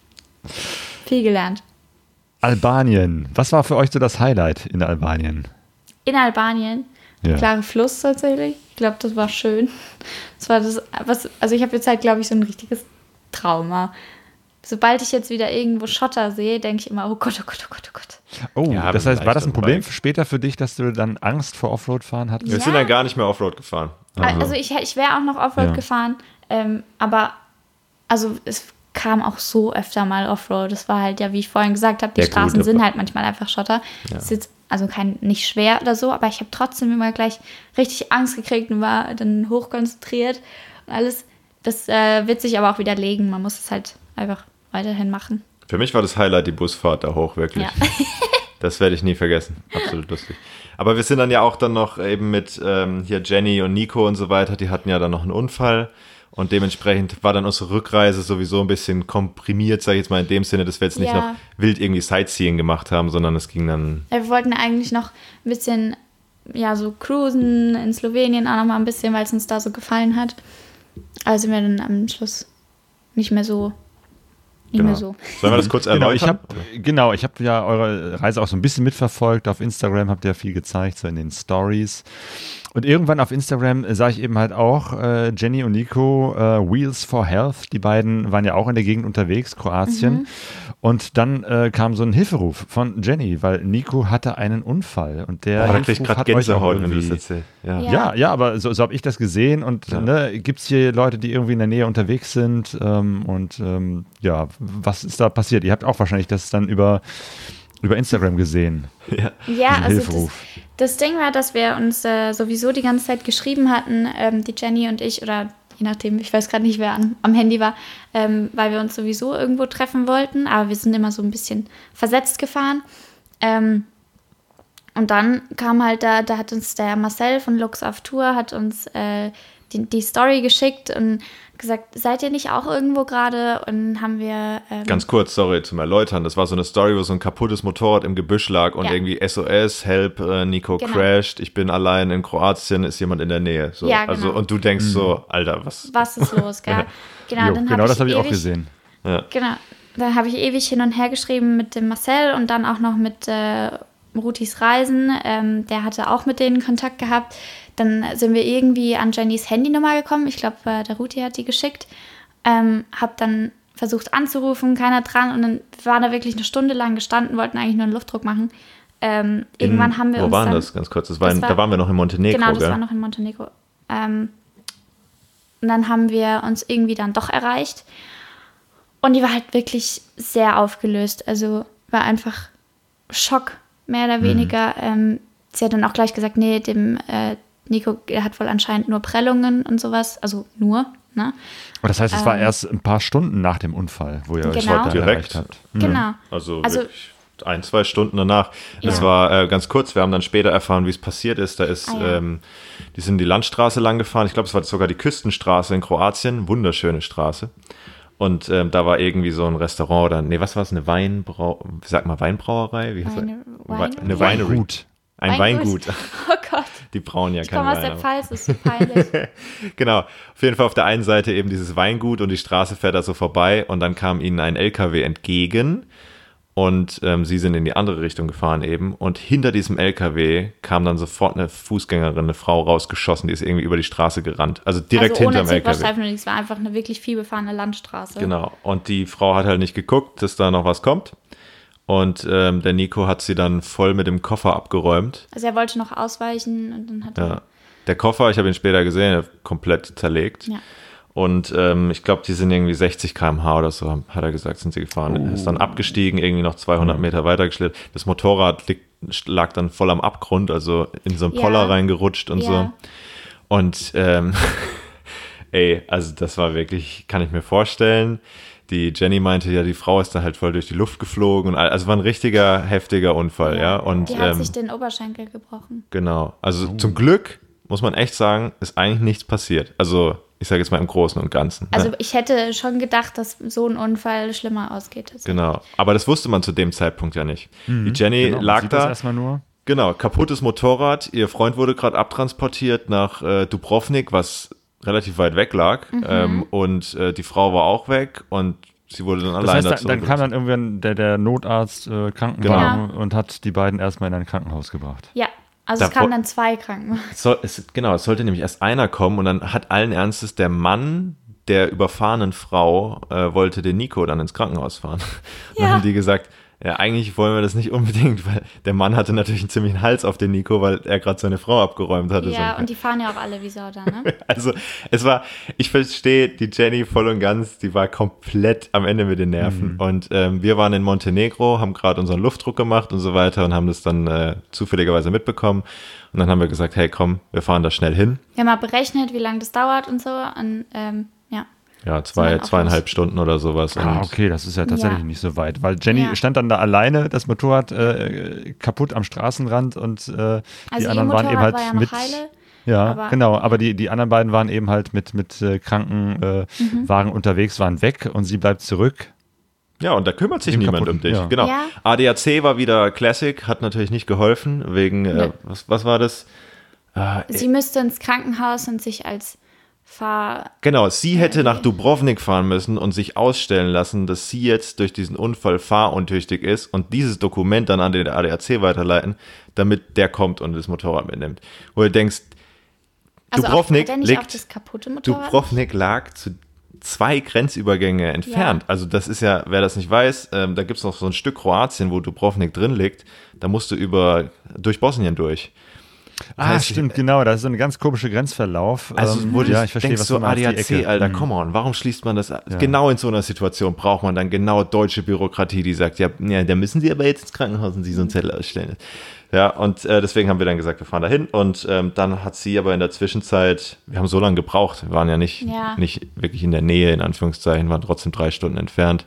Viel gelernt. Albanien. Was war für euch so das Highlight in Albanien? In Albanien, Ja. klare Fluss tatsächlich. Ich glaube, das war schön. Das war das, was, also ich habe jetzt halt, glaube ich, so ein richtiges Trauma. sobald ich jetzt wieder irgendwo Schotter sehe, denke ich immer, oh Gott, oh Gott, oh Gott, oh Gott. Oh, Ja, das mit heißt, war das ein leichtem Problem Bike. später für dich, dass du dann Angst vor Offroad-Fahren hattest? Wir Ja. sind dann gar nicht mehr Offroad gefahren. Also ich, ich wäre auch noch Offroad Ja. gefahren, ähm, aber also es kam auch so öfter mal Offroad. Das war halt ja, wie ich vorhin gesagt habe, die Ja, gut, Straßen aber- sind halt manchmal einfach Schotter. Das ist jetzt also kein nicht schwer oder so, aber ich habe trotzdem immer gleich richtig Angst gekriegt und war dann hochkonzentriert und alles. Das äh, wird sich aber auch wieder legen. Man muss es halt einfach weiterhin machen. Für mich war das Highlight die Busfahrt da hoch, wirklich. Ja. Das werde ich nie vergessen. Absolut lustig. Aber wir sind dann ja auch dann noch eben mit ähm, hier Jenny und Nico und so weiter, die hatten ja dann noch einen Unfall und dementsprechend war dann unsere Rückreise sowieso ein bisschen komprimiert, sage ich jetzt mal in dem Sinne, dass wir jetzt nicht Ja. noch wild irgendwie Sightseeing gemacht haben, sondern es ging dann, Ja, wir wollten eigentlich noch ein bisschen, ja, so cruisen in Slowenien auch noch mal ein bisschen, weil es uns da so gefallen hat. Also sind wir dann am Schluss nicht mehr so, nicht genau. mehr so. Sollen wir das kurz Genau, ich erläutern? habe genau, ich habe ja eure Reise auch so ein bisschen mitverfolgt. Auf Instagram habt ihr ja viel gezeigt, so in den Stories. Und irgendwann auf Instagram äh, sah ich eben halt auch äh, Jenny und Nico, äh, Wheels for Health. Die beiden waren ja auch in der Gegend unterwegs, Kroatien. Mhm. Und dann äh, kam so ein Hilferuf von Jenny, weil Nico hatte einen Unfall. Und der Boah, da krieg ich Hilferuf gerade hat euch auch Gänsehaut, wenn du das irgendwie- erzählst. Ja. Ja. Ja, ja, aber so, so habe ich das gesehen und Ja. ne, gibt es hier Leute, die irgendwie in der Nähe unterwegs sind ähm, und ähm, ja, was ist da passiert? Ihr habt auch wahrscheinlich das dann über, über Instagram gesehen. Ja. Ja, diesen also das, Hilferuf. das Ding war, dass wir uns äh, sowieso die ganze Zeit geschrieben hatten, ähm, die Jenny und ich, oder je nachdem, ich weiß gerade nicht, wer an, am Handy war, ähm, weil wir uns sowieso irgendwo treffen wollten, aber wir sind immer so ein bisschen versetzt gefahren. Ähm, und dann kam halt da, da hat uns der Marcel von Lux auf Tour, hat uns äh, die, die Story geschickt und gesagt, seid ihr nicht auch irgendwo gerade? Und haben wir... Ähm, Ganz kurz, sorry, zum Erläutern. Das war so eine Story, wo so ein kaputtes Motorrad im Gebüsch lag und Ja. irgendwie S O S, Help, äh, Nico Genau. crashed, ich bin allein in Kroatien, ist jemand in der Nähe. So. Ja, genau. Also, und du denkst so, Alter, was? was ist los, gell? Genau, Jo, dann genau hab das habe ich auch ewig- gesehen. Ja. Genau. Da habe ich ewig hin und her geschrieben mit dem Marcel und dann auch noch mit äh, Rutis Reisen. Ähm, der hatte auch mit denen Kontakt gehabt. Dann sind wir irgendwie an Jennys Handynummer gekommen. Ich glaube, äh, der Ruti hat die geschickt. Ähm, hab dann versucht anzurufen, keiner dran. Und dann waren da wirklich eine Stunde lang gestanden, wollten eigentlich nur einen Luftdruck machen. Ähm, irgendwann in, haben wir wo uns waren dann, das? Ganz kurz. Das war Das in, war- da waren wir noch in Montenegro, Genau, das gell? war noch in Montenegro. Ähm, und dann haben wir uns irgendwie dann doch erreicht. Und die war halt wirklich sehr aufgelöst. Also war einfach Schock, mehr oder weniger. Ähm, sie hat dann auch gleich gesagt, nee, dem äh, Nico, er hat wohl anscheinend nur Prellungen und sowas. Also nur, ne? Aber das heißt, es war Ähm, erst ein paar Stunden nach dem Unfall, wo ihr euch Genau. da Direkt. erreicht habt. Genau. Also, Also- wirklich ein, zwei Stunden danach. Das Ja. war äh, ganz kurz. Wir haben dann später erfahren, wie es passiert ist. Da ist, Ah, ja. ähm, die sind die Landstraße lang gefahren. Ich glaube, es war sogar die Küstenstraße in Kroatien. Wunderschöne Straße. Und ähm, da war irgendwie so ein Restaurant oder, nee, was war es? Eine Weinbrau, wie sagt man, Weinbrauerei? Wie heißt Weine- das? Weine- Eine Winery. Gut. Ein Weingut. Oh Gott, Die brauen ja ich keine komme aus Weine. der aber- Pfalz, das ist so peinlich. Genau, auf jeden Fall auf der einen Seite eben dieses Weingut und die Straße fährt da so vorbei und dann kam ihnen ein L K W entgegen und ähm, sie sind in die andere Richtung gefahren eben und hinter diesem L K W kam dann sofort eine Fußgängerin, eine Frau rausgeschossen, die ist irgendwie über die Straße gerannt, also direkt also ohne hinterm L K W. Zebrastreifen und nichts, war einfach eine wirklich viel befahrene Landstraße. Genau, und die Frau hat halt nicht geguckt, dass da noch was kommt und ähm, der Nico hat sie dann voll mit dem Koffer abgeräumt. Also er wollte noch ausweichen und dann hat Ja. er... Der Koffer, ich habe ihn später gesehen, komplett zerlegt. Ja. Und ähm, ich glaube, die sind irgendwie sechzig Kilometer pro Stunde oder so, hat er gesagt, sind sie gefahren. Er ist dann abgestiegen, irgendwie noch zweihundert Meter weitergeschlittert. Das Motorrad liegt, lag dann voll am Abgrund, also in so einen Ja. Poller reingerutscht und Ja. so. Und ähm, ey, also das war wirklich, kann ich mir vorstellen. Die Jenny meinte ja, die Frau ist dann halt voll durch die Luft geflogen. Und all, also war ein richtiger, heftiger Unfall, ja. Und Die hat ähm, sich den Oberschenkel gebrochen. genau. Also zum Glück, muss man echt sagen, ist eigentlich nichts passiert. Also ich sage jetzt mal im Großen und Ganzen. Also ne? ich hätte schon gedacht, dass so ein Unfall schlimmer ausgeht. tatsächlich. Genau. Aber das wusste man zu dem Zeitpunkt ja nicht. Die Jenny Genau, man lag sieht das da. erstmal nur. Genau, kaputtes Motorrad. Ihr Freund wurde gerade abtransportiert nach äh, Dubrovnik, was relativ weit weg lag. Mhm. Ähm, und äh, die Frau war auch weg und sie wurde dann Das alleine heißt, dann, dann kam dann irgendwann der, der Notarzt, äh, Krankenwagen Genau. und hat die beiden erstmal in ein Krankenhaus gebracht. Ja, also es Davor- kamen dann zwei Krankenwagen. Es soll, es, genau, es sollte nämlich erst einer kommen und dann hat allen Ernstes der Mann der überfahrenen Frau äh, wollte den Nico dann ins Krankenhaus fahren. Dann Ja. haben die gesagt, ja, eigentlich wollen wir das nicht unbedingt, weil der Mann hatte natürlich einen ziemlichen Hals auf den Nico, weil er gerade seine Frau abgeräumt hatte. Ja, so. und die fahren ja auch alle wie Sau da, ne? Also es war, ich verstehe die Jenny voll und ganz, die war komplett am Ende mit den Nerven. Mhm. Und ähm, wir waren in Montenegro, haben gerade unseren Luftdruck gemacht und so weiter und haben das dann äh, zufälligerweise mitbekommen. Und dann haben wir gesagt, hey komm, wir fahren da schnell hin. Wir haben mal berechnet, wie lange das dauert und so. Und ähm, ja. Ja, zwei, Sind dann auch zweieinhalb los. Stunden oder sowas. Ah, Und okay, das ist ja tatsächlich Ja. nicht so weit, weil Jenny Ja. stand dann da alleine, das Motorrad äh, kaputt am Straßenrand und äh, die Also ihr anderen waren eben Motorrad halt war ja noch mit. heile. Ja, aber- genau, aber die, die anderen beiden waren eben halt mit, mit äh, Krankenwagen äh, Wagen unterwegs, waren weg und sie bleibt zurück. Ja, und da kümmert sich Dem niemand kaputten, um dich. ja. Genau. Ja. A D A C war wieder Classic, hat natürlich nicht geholfen, wegen, äh, Nee. was, was war das? Äh, Sie müsste ins Krankenhaus und sich als Fahr... Genau, sie hätte nach Dubrovnik fahren müssen und sich ausstellen lassen, dass sie jetzt durch diesen Unfall fahruntüchtig ist und dieses Dokument dann an den A D A C weiterleiten, damit der kommt und das Motorrad mitnimmt. Wo du denkst, Also Dubrovnik auch, hat er nicht auch liegt, das kaputte Motorrad? Dubrovnik lag zu zwei Grenzübergänge entfernt. Ja. Also das ist ja, wer das nicht weiß, ähm, da gibt es noch so ein Stück Kroatien, wo Dubrovnik drin liegt. Da musst du über durch Bosnien durch. Ah, heißt, stimmt, genau, das ist so ein ganz komischer Grenzverlauf. Also ähm, wo du ja, ich verstehe, denkst was so du meinst, A D die A C, Ecke. Alter, Mhm. come on, warum schließt man das? Genau in so einer Situation braucht man dann genau deutsche Bürokratie, die sagt, ja, ja da müssen Sie aber jetzt ins Krankenhaus und Sie so einen Zettel ausstellen. Ja, und äh, deswegen haben wir dann gesagt, wir fahren da hin und ähm, dann hat sie aber in der Zwischenzeit, wir haben so lange gebraucht, wir waren ja nicht, Ja. nicht wirklich in der Nähe, in Anführungszeichen, waren trotzdem drei Stunden entfernt.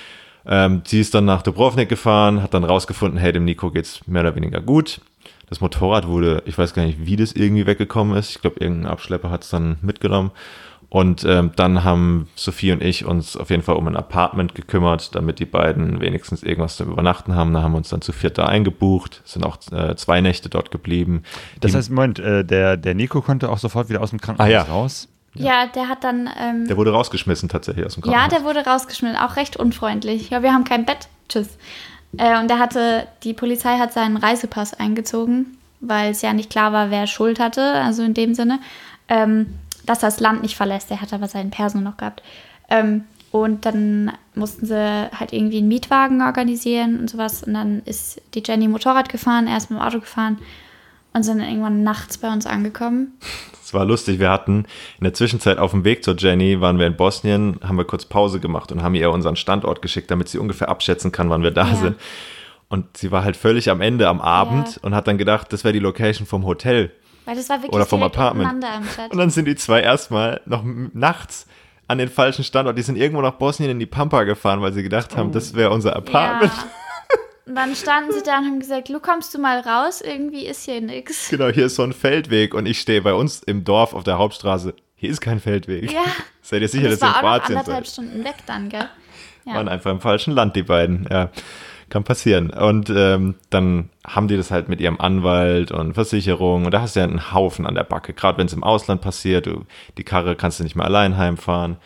Ähm, sie ist dann nach Dubrovnik gefahren, hat dann rausgefunden, hey, dem Nico geht's mehr oder weniger gut. Das Motorrad wurde, ich weiß gar nicht, wie das irgendwie weggekommen ist. Ich glaube, irgendein Abschlepper hat es dann mitgenommen. Und ähm, dann haben Sophie und ich uns auf jeden Fall um ein Apartment gekümmert, damit die beiden wenigstens irgendwas zum Übernachten haben. Da haben wir uns dann zu viert da eingebucht, sind auch äh, zwei Nächte dort geblieben. Das Die- heißt, Moment, äh, der, der Nico konnte auch sofort wieder aus dem Krankenhaus Ah, ja. raus. Ja, der hat dann... Ähm, der wurde rausgeschmissen tatsächlich aus dem ja, Krankenhaus. der wurde rausgeschmissen, auch recht unfreundlich. Ja, wir haben kein Bett. Tschüss. Äh, und der hatte, die Polizei hat seinen Reisepass eingezogen, weil es ja nicht klar war, wer Schuld hatte, also in dem Sinne, ähm, dass er das Land nicht verlässt. Der hat aber seinen Perso noch gehabt. Ähm, und dann mussten sie halt irgendwie einen Mietwagen organisieren und sowas. Und dann ist die Jenny Motorrad gefahren, er ist mit dem Auto gefahren und sind dann irgendwann nachts bei uns angekommen. Es war lustig, wir hatten in der Zwischenzeit auf dem Weg zur Jenny, waren wir in Bosnien, haben wir kurz Pause gemacht und haben ihr unseren Standort geschickt, damit sie ungefähr abschätzen kann, wann wir da Ja. sind. Und sie war halt völlig am Ende am Abend Ja. und hat dann gedacht, das wäre die Location vom Hotel. Weil das war wirklich Oder vom direkt Apartment. untereinander im Chat. Und dann sind die zwei erstmal noch m- nachts an den falschen Standort. Die sind irgendwo nach Bosnien in die Pampa gefahren, weil sie gedacht haben, das wäre unser Apartment. Ja. Und dann standen sie da und haben gesagt, Lu, kommst du mal raus? Irgendwie ist hier nix. Genau, hier ist so ein Feldweg und ich stehe bei uns im Dorf auf der Hauptstraße. Hier ist kein Feldweg. Ja. Seid ihr sicher, Und dass das ihr in war auch noch Kroatien anderthalb seid? Stunden weg dann, gell? Ja. Waren einfach im falschen Land, die beiden. Ja, kann passieren. Und ähm, dann haben die das halt mit ihrem Anwalt und Versicherung. Und da hast du ja einen Haufen an der Backe. Gerade wenn es im Ausland passiert, du, die Karre kannst du nicht mehr allein heimfahren.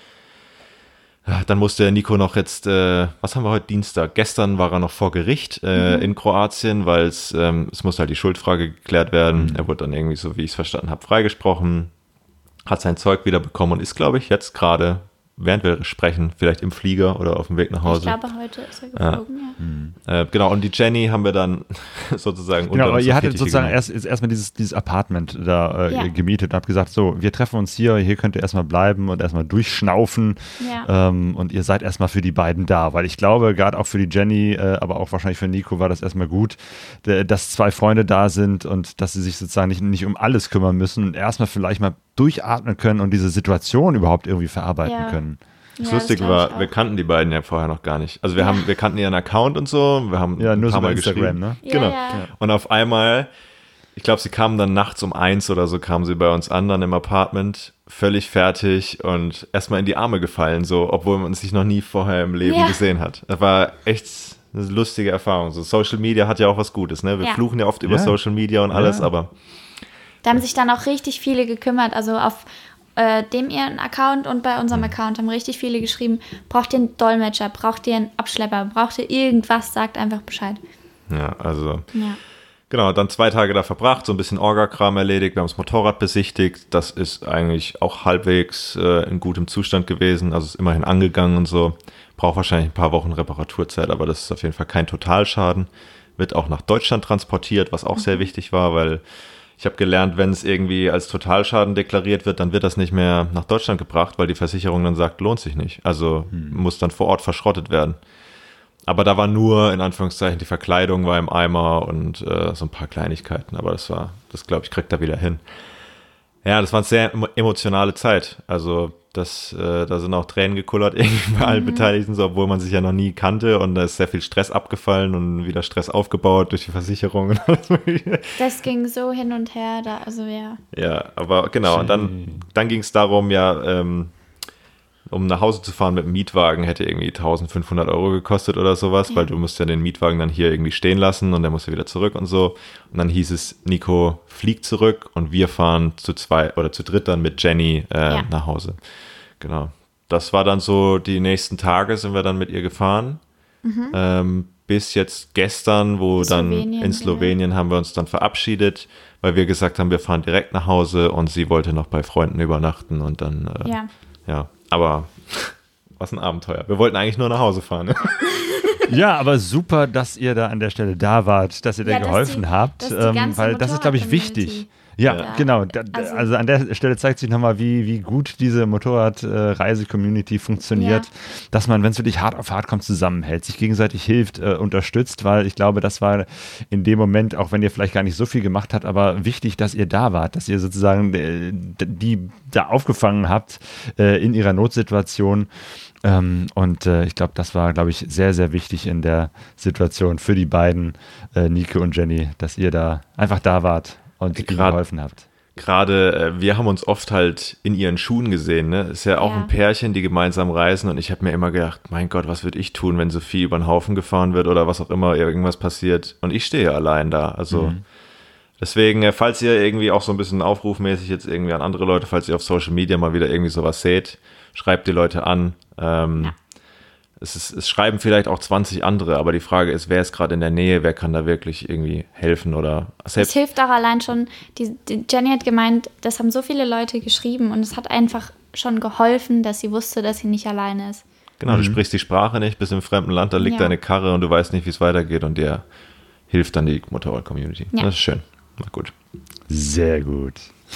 Ja, dann musste der Nico noch jetzt, äh, was haben wir heute, Dienstag? Gestern war er noch vor Gericht äh, Mhm. in Kroatien, weil es ähm, es musste halt die Schuldfrage geklärt werden. Er wurde dann irgendwie, so wie ich es verstanden habe, freigesprochen, hat sein Zeug wieder bekommen und ist, glaube ich, jetzt gerade, während wir sprechen, vielleicht im Flieger oder auf dem Weg nach Hause. Ich glaube, heute ist er geflogen, ja. Äh, genau, und die Jenny haben wir dann sozusagen Genau, aber uns ihr auf hattet Fittiche sozusagen genommen. erst, jetzt erstmal dieses, dieses Apartment da äh, Ja. gemietet und habt gesagt, so, wir treffen uns hier, hier könnt ihr erstmal bleiben und erstmal durchschnaufen Ja. ähm, und ihr seid erstmal für die beiden da, weil ich glaube, gerade auch für die Jenny, äh, aber auch wahrscheinlich für Nico war das erstmal gut, d- dass zwei Freunde da sind und dass sie sich sozusagen nicht, nicht um alles kümmern müssen und erstmal vielleicht mal durchatmen können und diese Situation überhaupt irgendwie verarbeiten Ja. können. Das Ja, Lustige glaub ich war, auch. wir kannten die beiden ja vorher noch gar nicht. Also wir haben, wir kannten ihren Account und so, wir haben Ja, ein nur paar so bei Mal Instagram, geschrieben. ne? Ja, Genau. ja. Und auf einmal, ich glaube, sie kamen dann nachts um eins oder so, kamen sie bei uns an, dann im Apartment, völlig fertig und erstmal in die Arme gefallen, so, obwohl man sich noch nie vorher im Leben Ja. gesehen hat. Das war echt eine lustige Erfahrung. So Social Media hat ja auch was Gutes, ne? Wir Ja. fluchen ja oft über Ja. Social Media und alles, Ja. aber Da haben sich dann auch richtig viele gekümmert. Also auf äh, dem ihren Account und bei Mhm. unserem Account haben richtig viele geschrieben, braucht ihr einen Dolmetscher, braucht ihr einen Abschlepper, braucht ihr irgendwas, sagt einfach Bescheid. ja, also Ja. Genau, dann zwei Tage da verbracht, so ein bisschen Orga-Kram erledigt, wir haben das Motorrad besichtigt, das ist eigentlich auch halbwegs äh, in gutem Zustand gewesen, also ist immerhin angegangen und so, braucht wahrscheinlich ein paar Wochen Reparaturzeit, aber das ist auf jeden Fall kein Totalschaden, wird auch nach Deutschland transportiert, was auch mhm. sehr wichtig war, weil ich habe gelernt, wenn es irgendwie als Totalschaden deklariert wird, dann wird das nicht mehr nach Deutschland gebracht, weil die Versicherung dann sagt, lohnt sich nicht, also mhm. muss dann vor Ort verschrottet werden. Aber da war nur, in Anführungszeichen, die Verkleidung war im Eimer und äh, so ein paar Kleinigkeiten. Aber das war, das glaube ich, kriegt er wieder hin. Ja, das war eine sehr emotionale Zeit. Also das, äh, da sind auch Tränen gekullert irgendwie bei allen mhm. Beteiligten, so, obwohl man sich ja noch nie kannte. Und da ist sehr viel Stress abgefallen und wieder Stress aufgebaut durch die Versicherung und alles Mögliche. Das ging so hin und her, da, also ja. Ja, aber genau. Und dann, dann ging es darum, ja, ähm, um nach Hause zu fahren mit dem Mietwagen, hätte irgendwie eintausendfünfhundert Euro gekostet oder sowas, ja. weil du musst ja den Mietwagen dann hier irgendwie stehen lassen und der muss ja wieder zurück und so. Und dann hieß es, Nico fliegt zurück und wir fahren zu zwei oder zu dritt dann mit Jenny äh, ja. nach Hause. Genau. Das war dann so, die nächsten Tage sind wir dann mit ihr gefahren. Mhm. Ähm, bis jetzt gestern, wo dann Slowenien, in Slowenien ja. haben wir uns dann verabschiedet, weil wir gesagt haben, wir fahren direkt nach Hause und sie wollte noch bei Freunden übernachten und dann, äh, ja. ja. Aber was ein Abenteuer. Wir wollten eigentlich nur nach Hause fahren. Ne? Ja, aber super, dass ihr da an der Stelle da wart, dass ihr ja, da geholfen die, habt, ähm, weil das ist, glaube ich, wichtig. Ja, ja, genau. Da, also, also an der Stelle zeigt sich nochmal, wie, wie gut diese Motorradreise-Community funktioniert, ja. dass man, wenn es wirklich hart auf hart kommt, zusammenhält, sich gegenseitig hilft, äh, unterstützt, weil ich glaube, das war in dem Moment, auch wenn ihr vielleicht gar nicht so viel gemacht habt, aber wichtig, dass ihr da wart, dass ihr sozusagen äh, die da aufgefangen habt äh, in ihrer Notsituation. Ähm, und äh, ich glaube, das war, glaube ich, sehr, sehr wichtig in der Situation für die beiden, äh, Nico und Jenny, dass ihr da einfach da wart und ihnen geholfen habt. Gerade, äh, wir haben uns oft halt in ihren Schuhen gesehen, ne? Ist ja auch ja. ein Pärchen, die gemeinsam reisen und ich habe mir immer gedacht, mein Gott, was würde ich tun, wenn Sophie über den Haufen gefahren wird oder was auch immer, irgendwas passiert und ich stehe allein da, also mhm. deswegen, äh, falls ihr irgendwie auch so ein bisschen aufrufmäßig jetzt irgendwie an andere Leute, falls ihr auf Social Media mal wieder irgendwie sowas seht, schreibt die Leute an, ähm, ja. Es, ist, es schreiben vielleicht auch zwanzig andere, aber die Frage ist, wer ist gerade in der Nähe, wer kann da wirklich irgendwie helfen oder selbst. Es hilft auch allein schon, die, die Jenny hat gemeint, das haben so viele Leute geschrieben und es hat einfach schon geholfen, dass sie wusste, dass sie nicht alleine ist. Genau, mhm. du sprichst die Sprache nicht, bist im fremden Land, da liegt ja. deine Karre und du weißt nicht, wie es weitergeht und dir hilft dann die Motorrad-Community. Ja. Das ist schön. Na gut. Sehr gut.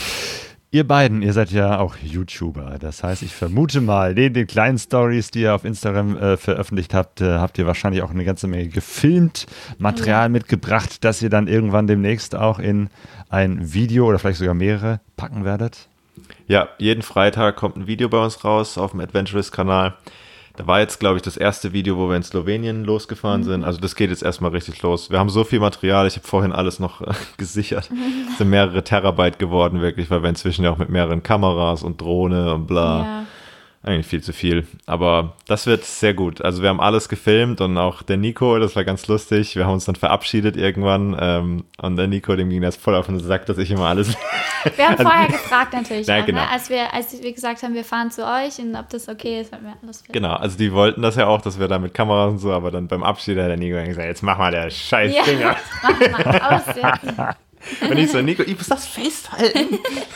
Ihr beiden, ihr seid ja auch YouTuber. Das heißt, ich vermute mal, neben den kleinen Stories, die ihr auf Instagram äh, veröffentlicht habt, äh, habt ihr wahrscheinlich auch eine ganze Menge gefilmt, Material ja. mitgebracht, das ihr dann irgendwann demnächst auch in ein Video oder vielleicht sogar mehrere packen werdet. Ja, jeden Freitag kommt ein Video bei uns raus auf dem Adventurous-Kanal. Da war jetzt, glaube ich, das erste Video, wo wir in Slowenien losgefahren mhm. sind. Also das geht jetzt erstmal richtig los. Wir haben so viel Material, ich habe vorhin alles noch äh, gesichert. Es sind mehrere Terabyte geworden, wirklich, weil wir inzwischen ja auch mit mehreren Kameras und Drohne und bla. Ja. Eigentlich viel zu viel. Aber das wird sehr gut. Also wir haben alles gefilmt und auch der Nico, das war ganz lustig. Wir haben uns dann verabschiedet irgendwann. Ähm, und der Nico, dem ging das voll auf den Sack, dass ich immer alles... Wir haben vorher gefragt natürlich, ja, auch, genau. ne? als, wir, als wir gesagt haben, wir fahren zu euch und ob das okay ist, wenn wir alles filmen. Genau, also die wollten das ja auch, dass wir da mit Kameras und so, aber dann beim Abschied hat der Nico gesagt, jetzt mach mal der scheiß ja, Finger. Mach mal aus. Und ich so, Nico, ich muss das festhalten.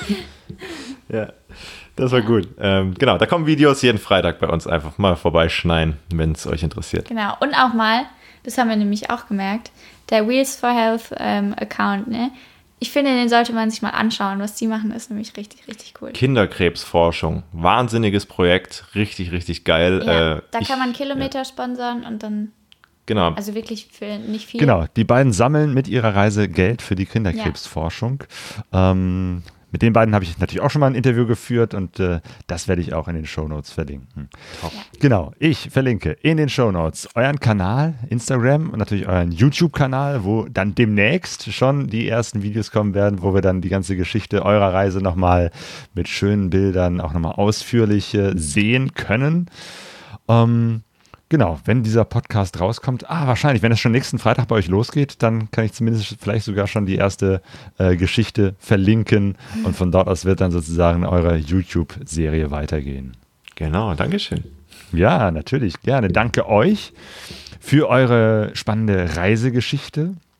Ja. Das war gut. Ähm, genau, da kommen Videos jeden Freitag bei uns. Einfach mal vorbeischneien, wenn es euch interessiert. Genau, und auch mal, das haben wir nämlich auch gemerkt, der Wheels for Health ähm, Account, ne? Ich finde, den sollte man sich mal anschauen. Was die machen, ist nämlich richtig, richtig cool. Kinderkrebsforschung. Wahnsinniges Projekt. Richtig, richtig geil. Ja, äh, da ich, kann man Kilometer ja. sponsern und dann... Genau. Also wirklich für nicht viel. Genau, die beiden sammeln mit ihrer Reise Geld für die Kinderkrebsforschung. Ja. Ähm, mit den beiden habe ich natürlich auch schon mal ein Interview geführt und äh, das werde ich auch in den Shownotes verlinken. Ja. Genau, ich verlinke in den Shownotes euren Kanal, Instagram und natürlich euren YouTube-Kanal, wo dann demnächst schon die ersten Videos kommen werden, wo wir dann die ganze Geschichte eurer Reise nochmal mit schönen Bildern auch nochmal ausführlich äh, sehen können. Ähm, Genau, wenn dieser Podcast rauskommt, ah, wahrscheinlich, wenn es schon nächsten Freitag bei euch losgeht, dann kann ich zumindest vielleicht sogar schon die erste äh, Geschichte verlinken und von dort aus wird dann sozusagen eure YouTube-Serie weitergehen. Genau, Dankeschön. Ja, natürlich, gerne. Danke euch für eure spannende Reisegeschichte.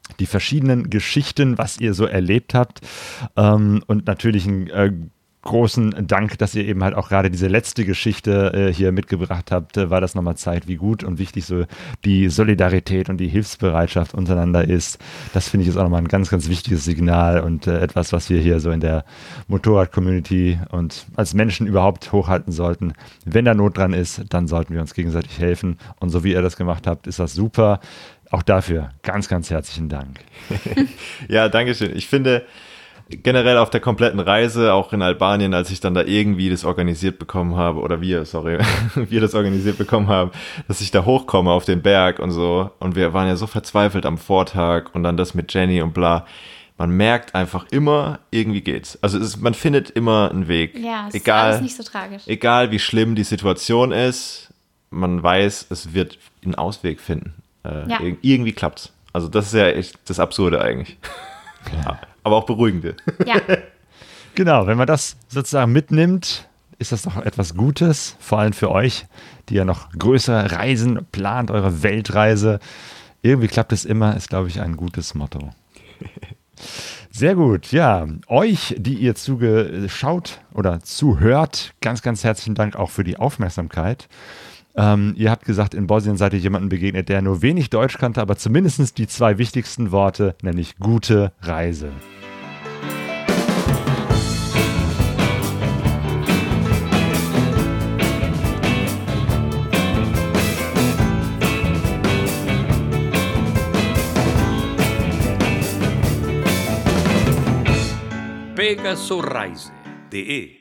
die verschiedenen Geschichten, was ihr so erlebt habt. Ähm, und natürlich ein äh, großen Dank, dass ihr eben halt auch gerade diese letzte Geschichte äh, hier mitgebracht habt, äh, weil das nochmal zeigt, wie gut und wichtig so die Solidarität und die Hilfsbereitschaft untereinander ist. Das finde ich ist auch nochmal ein ganz, ganz wichtiges Signal und äh, etwas, was wir hier so in der Motorrad-Community und als Menschen überhaupt hochhalten sollten. Wenn da Not dran ist, dann sollten wir uns gegenseitig helfen. Und so wie ihr das gemacht habt, ist das super. Auch dafür ganz, ganz herzlichen Dank. Ja, danke schön. Ich finde, generell auf der kompletten Reise, auch in Albanien, als ich dann da irgendwie das organisiert bekommen habe, oder wir, sorry, wir das organisiert bekommen haben, dass ich da hochkomme auf den Berg und so. Und wir waren ja so verzweifelt am Vortag und dann das mit Jenny und bla. Man merkt einfach immer, irgendwie geht's. Also es ist, man findet immer einen Weg. Ja, es egal, ist alles nicht so tragisch. Egal wie schlimm die Situation ist, man weiß, es wird einen Ausweg finden. Äh, Ja. ir- irgendwie klappt's. Also das ist ja echt das Absurde eigentlich. Ja. Aber auch Beruhigende. Ja, Genau, wenn man das sozusagen mitnimmt, ist das doch etwas Gutes, vor allem für euch, die ja noch größere Reisen plant, eure Weltreise. Irgendwie klappt es immer, ist, glaube ich, ein gutes Motto. Sehr gut, ja. Euch, die ihr zugeschaut oder zuhört, ganz, ganz herzlichen Dank auch für die Aufmerksamkeit. Ähm, ihr habt gesagt, in Bosnien seid ihr jemandem begegnet, der nur wenig Deutsch kannte, aber zumindest die zwei wichtigsten Worte, nämlich gute Reise. Pegasusreise punto de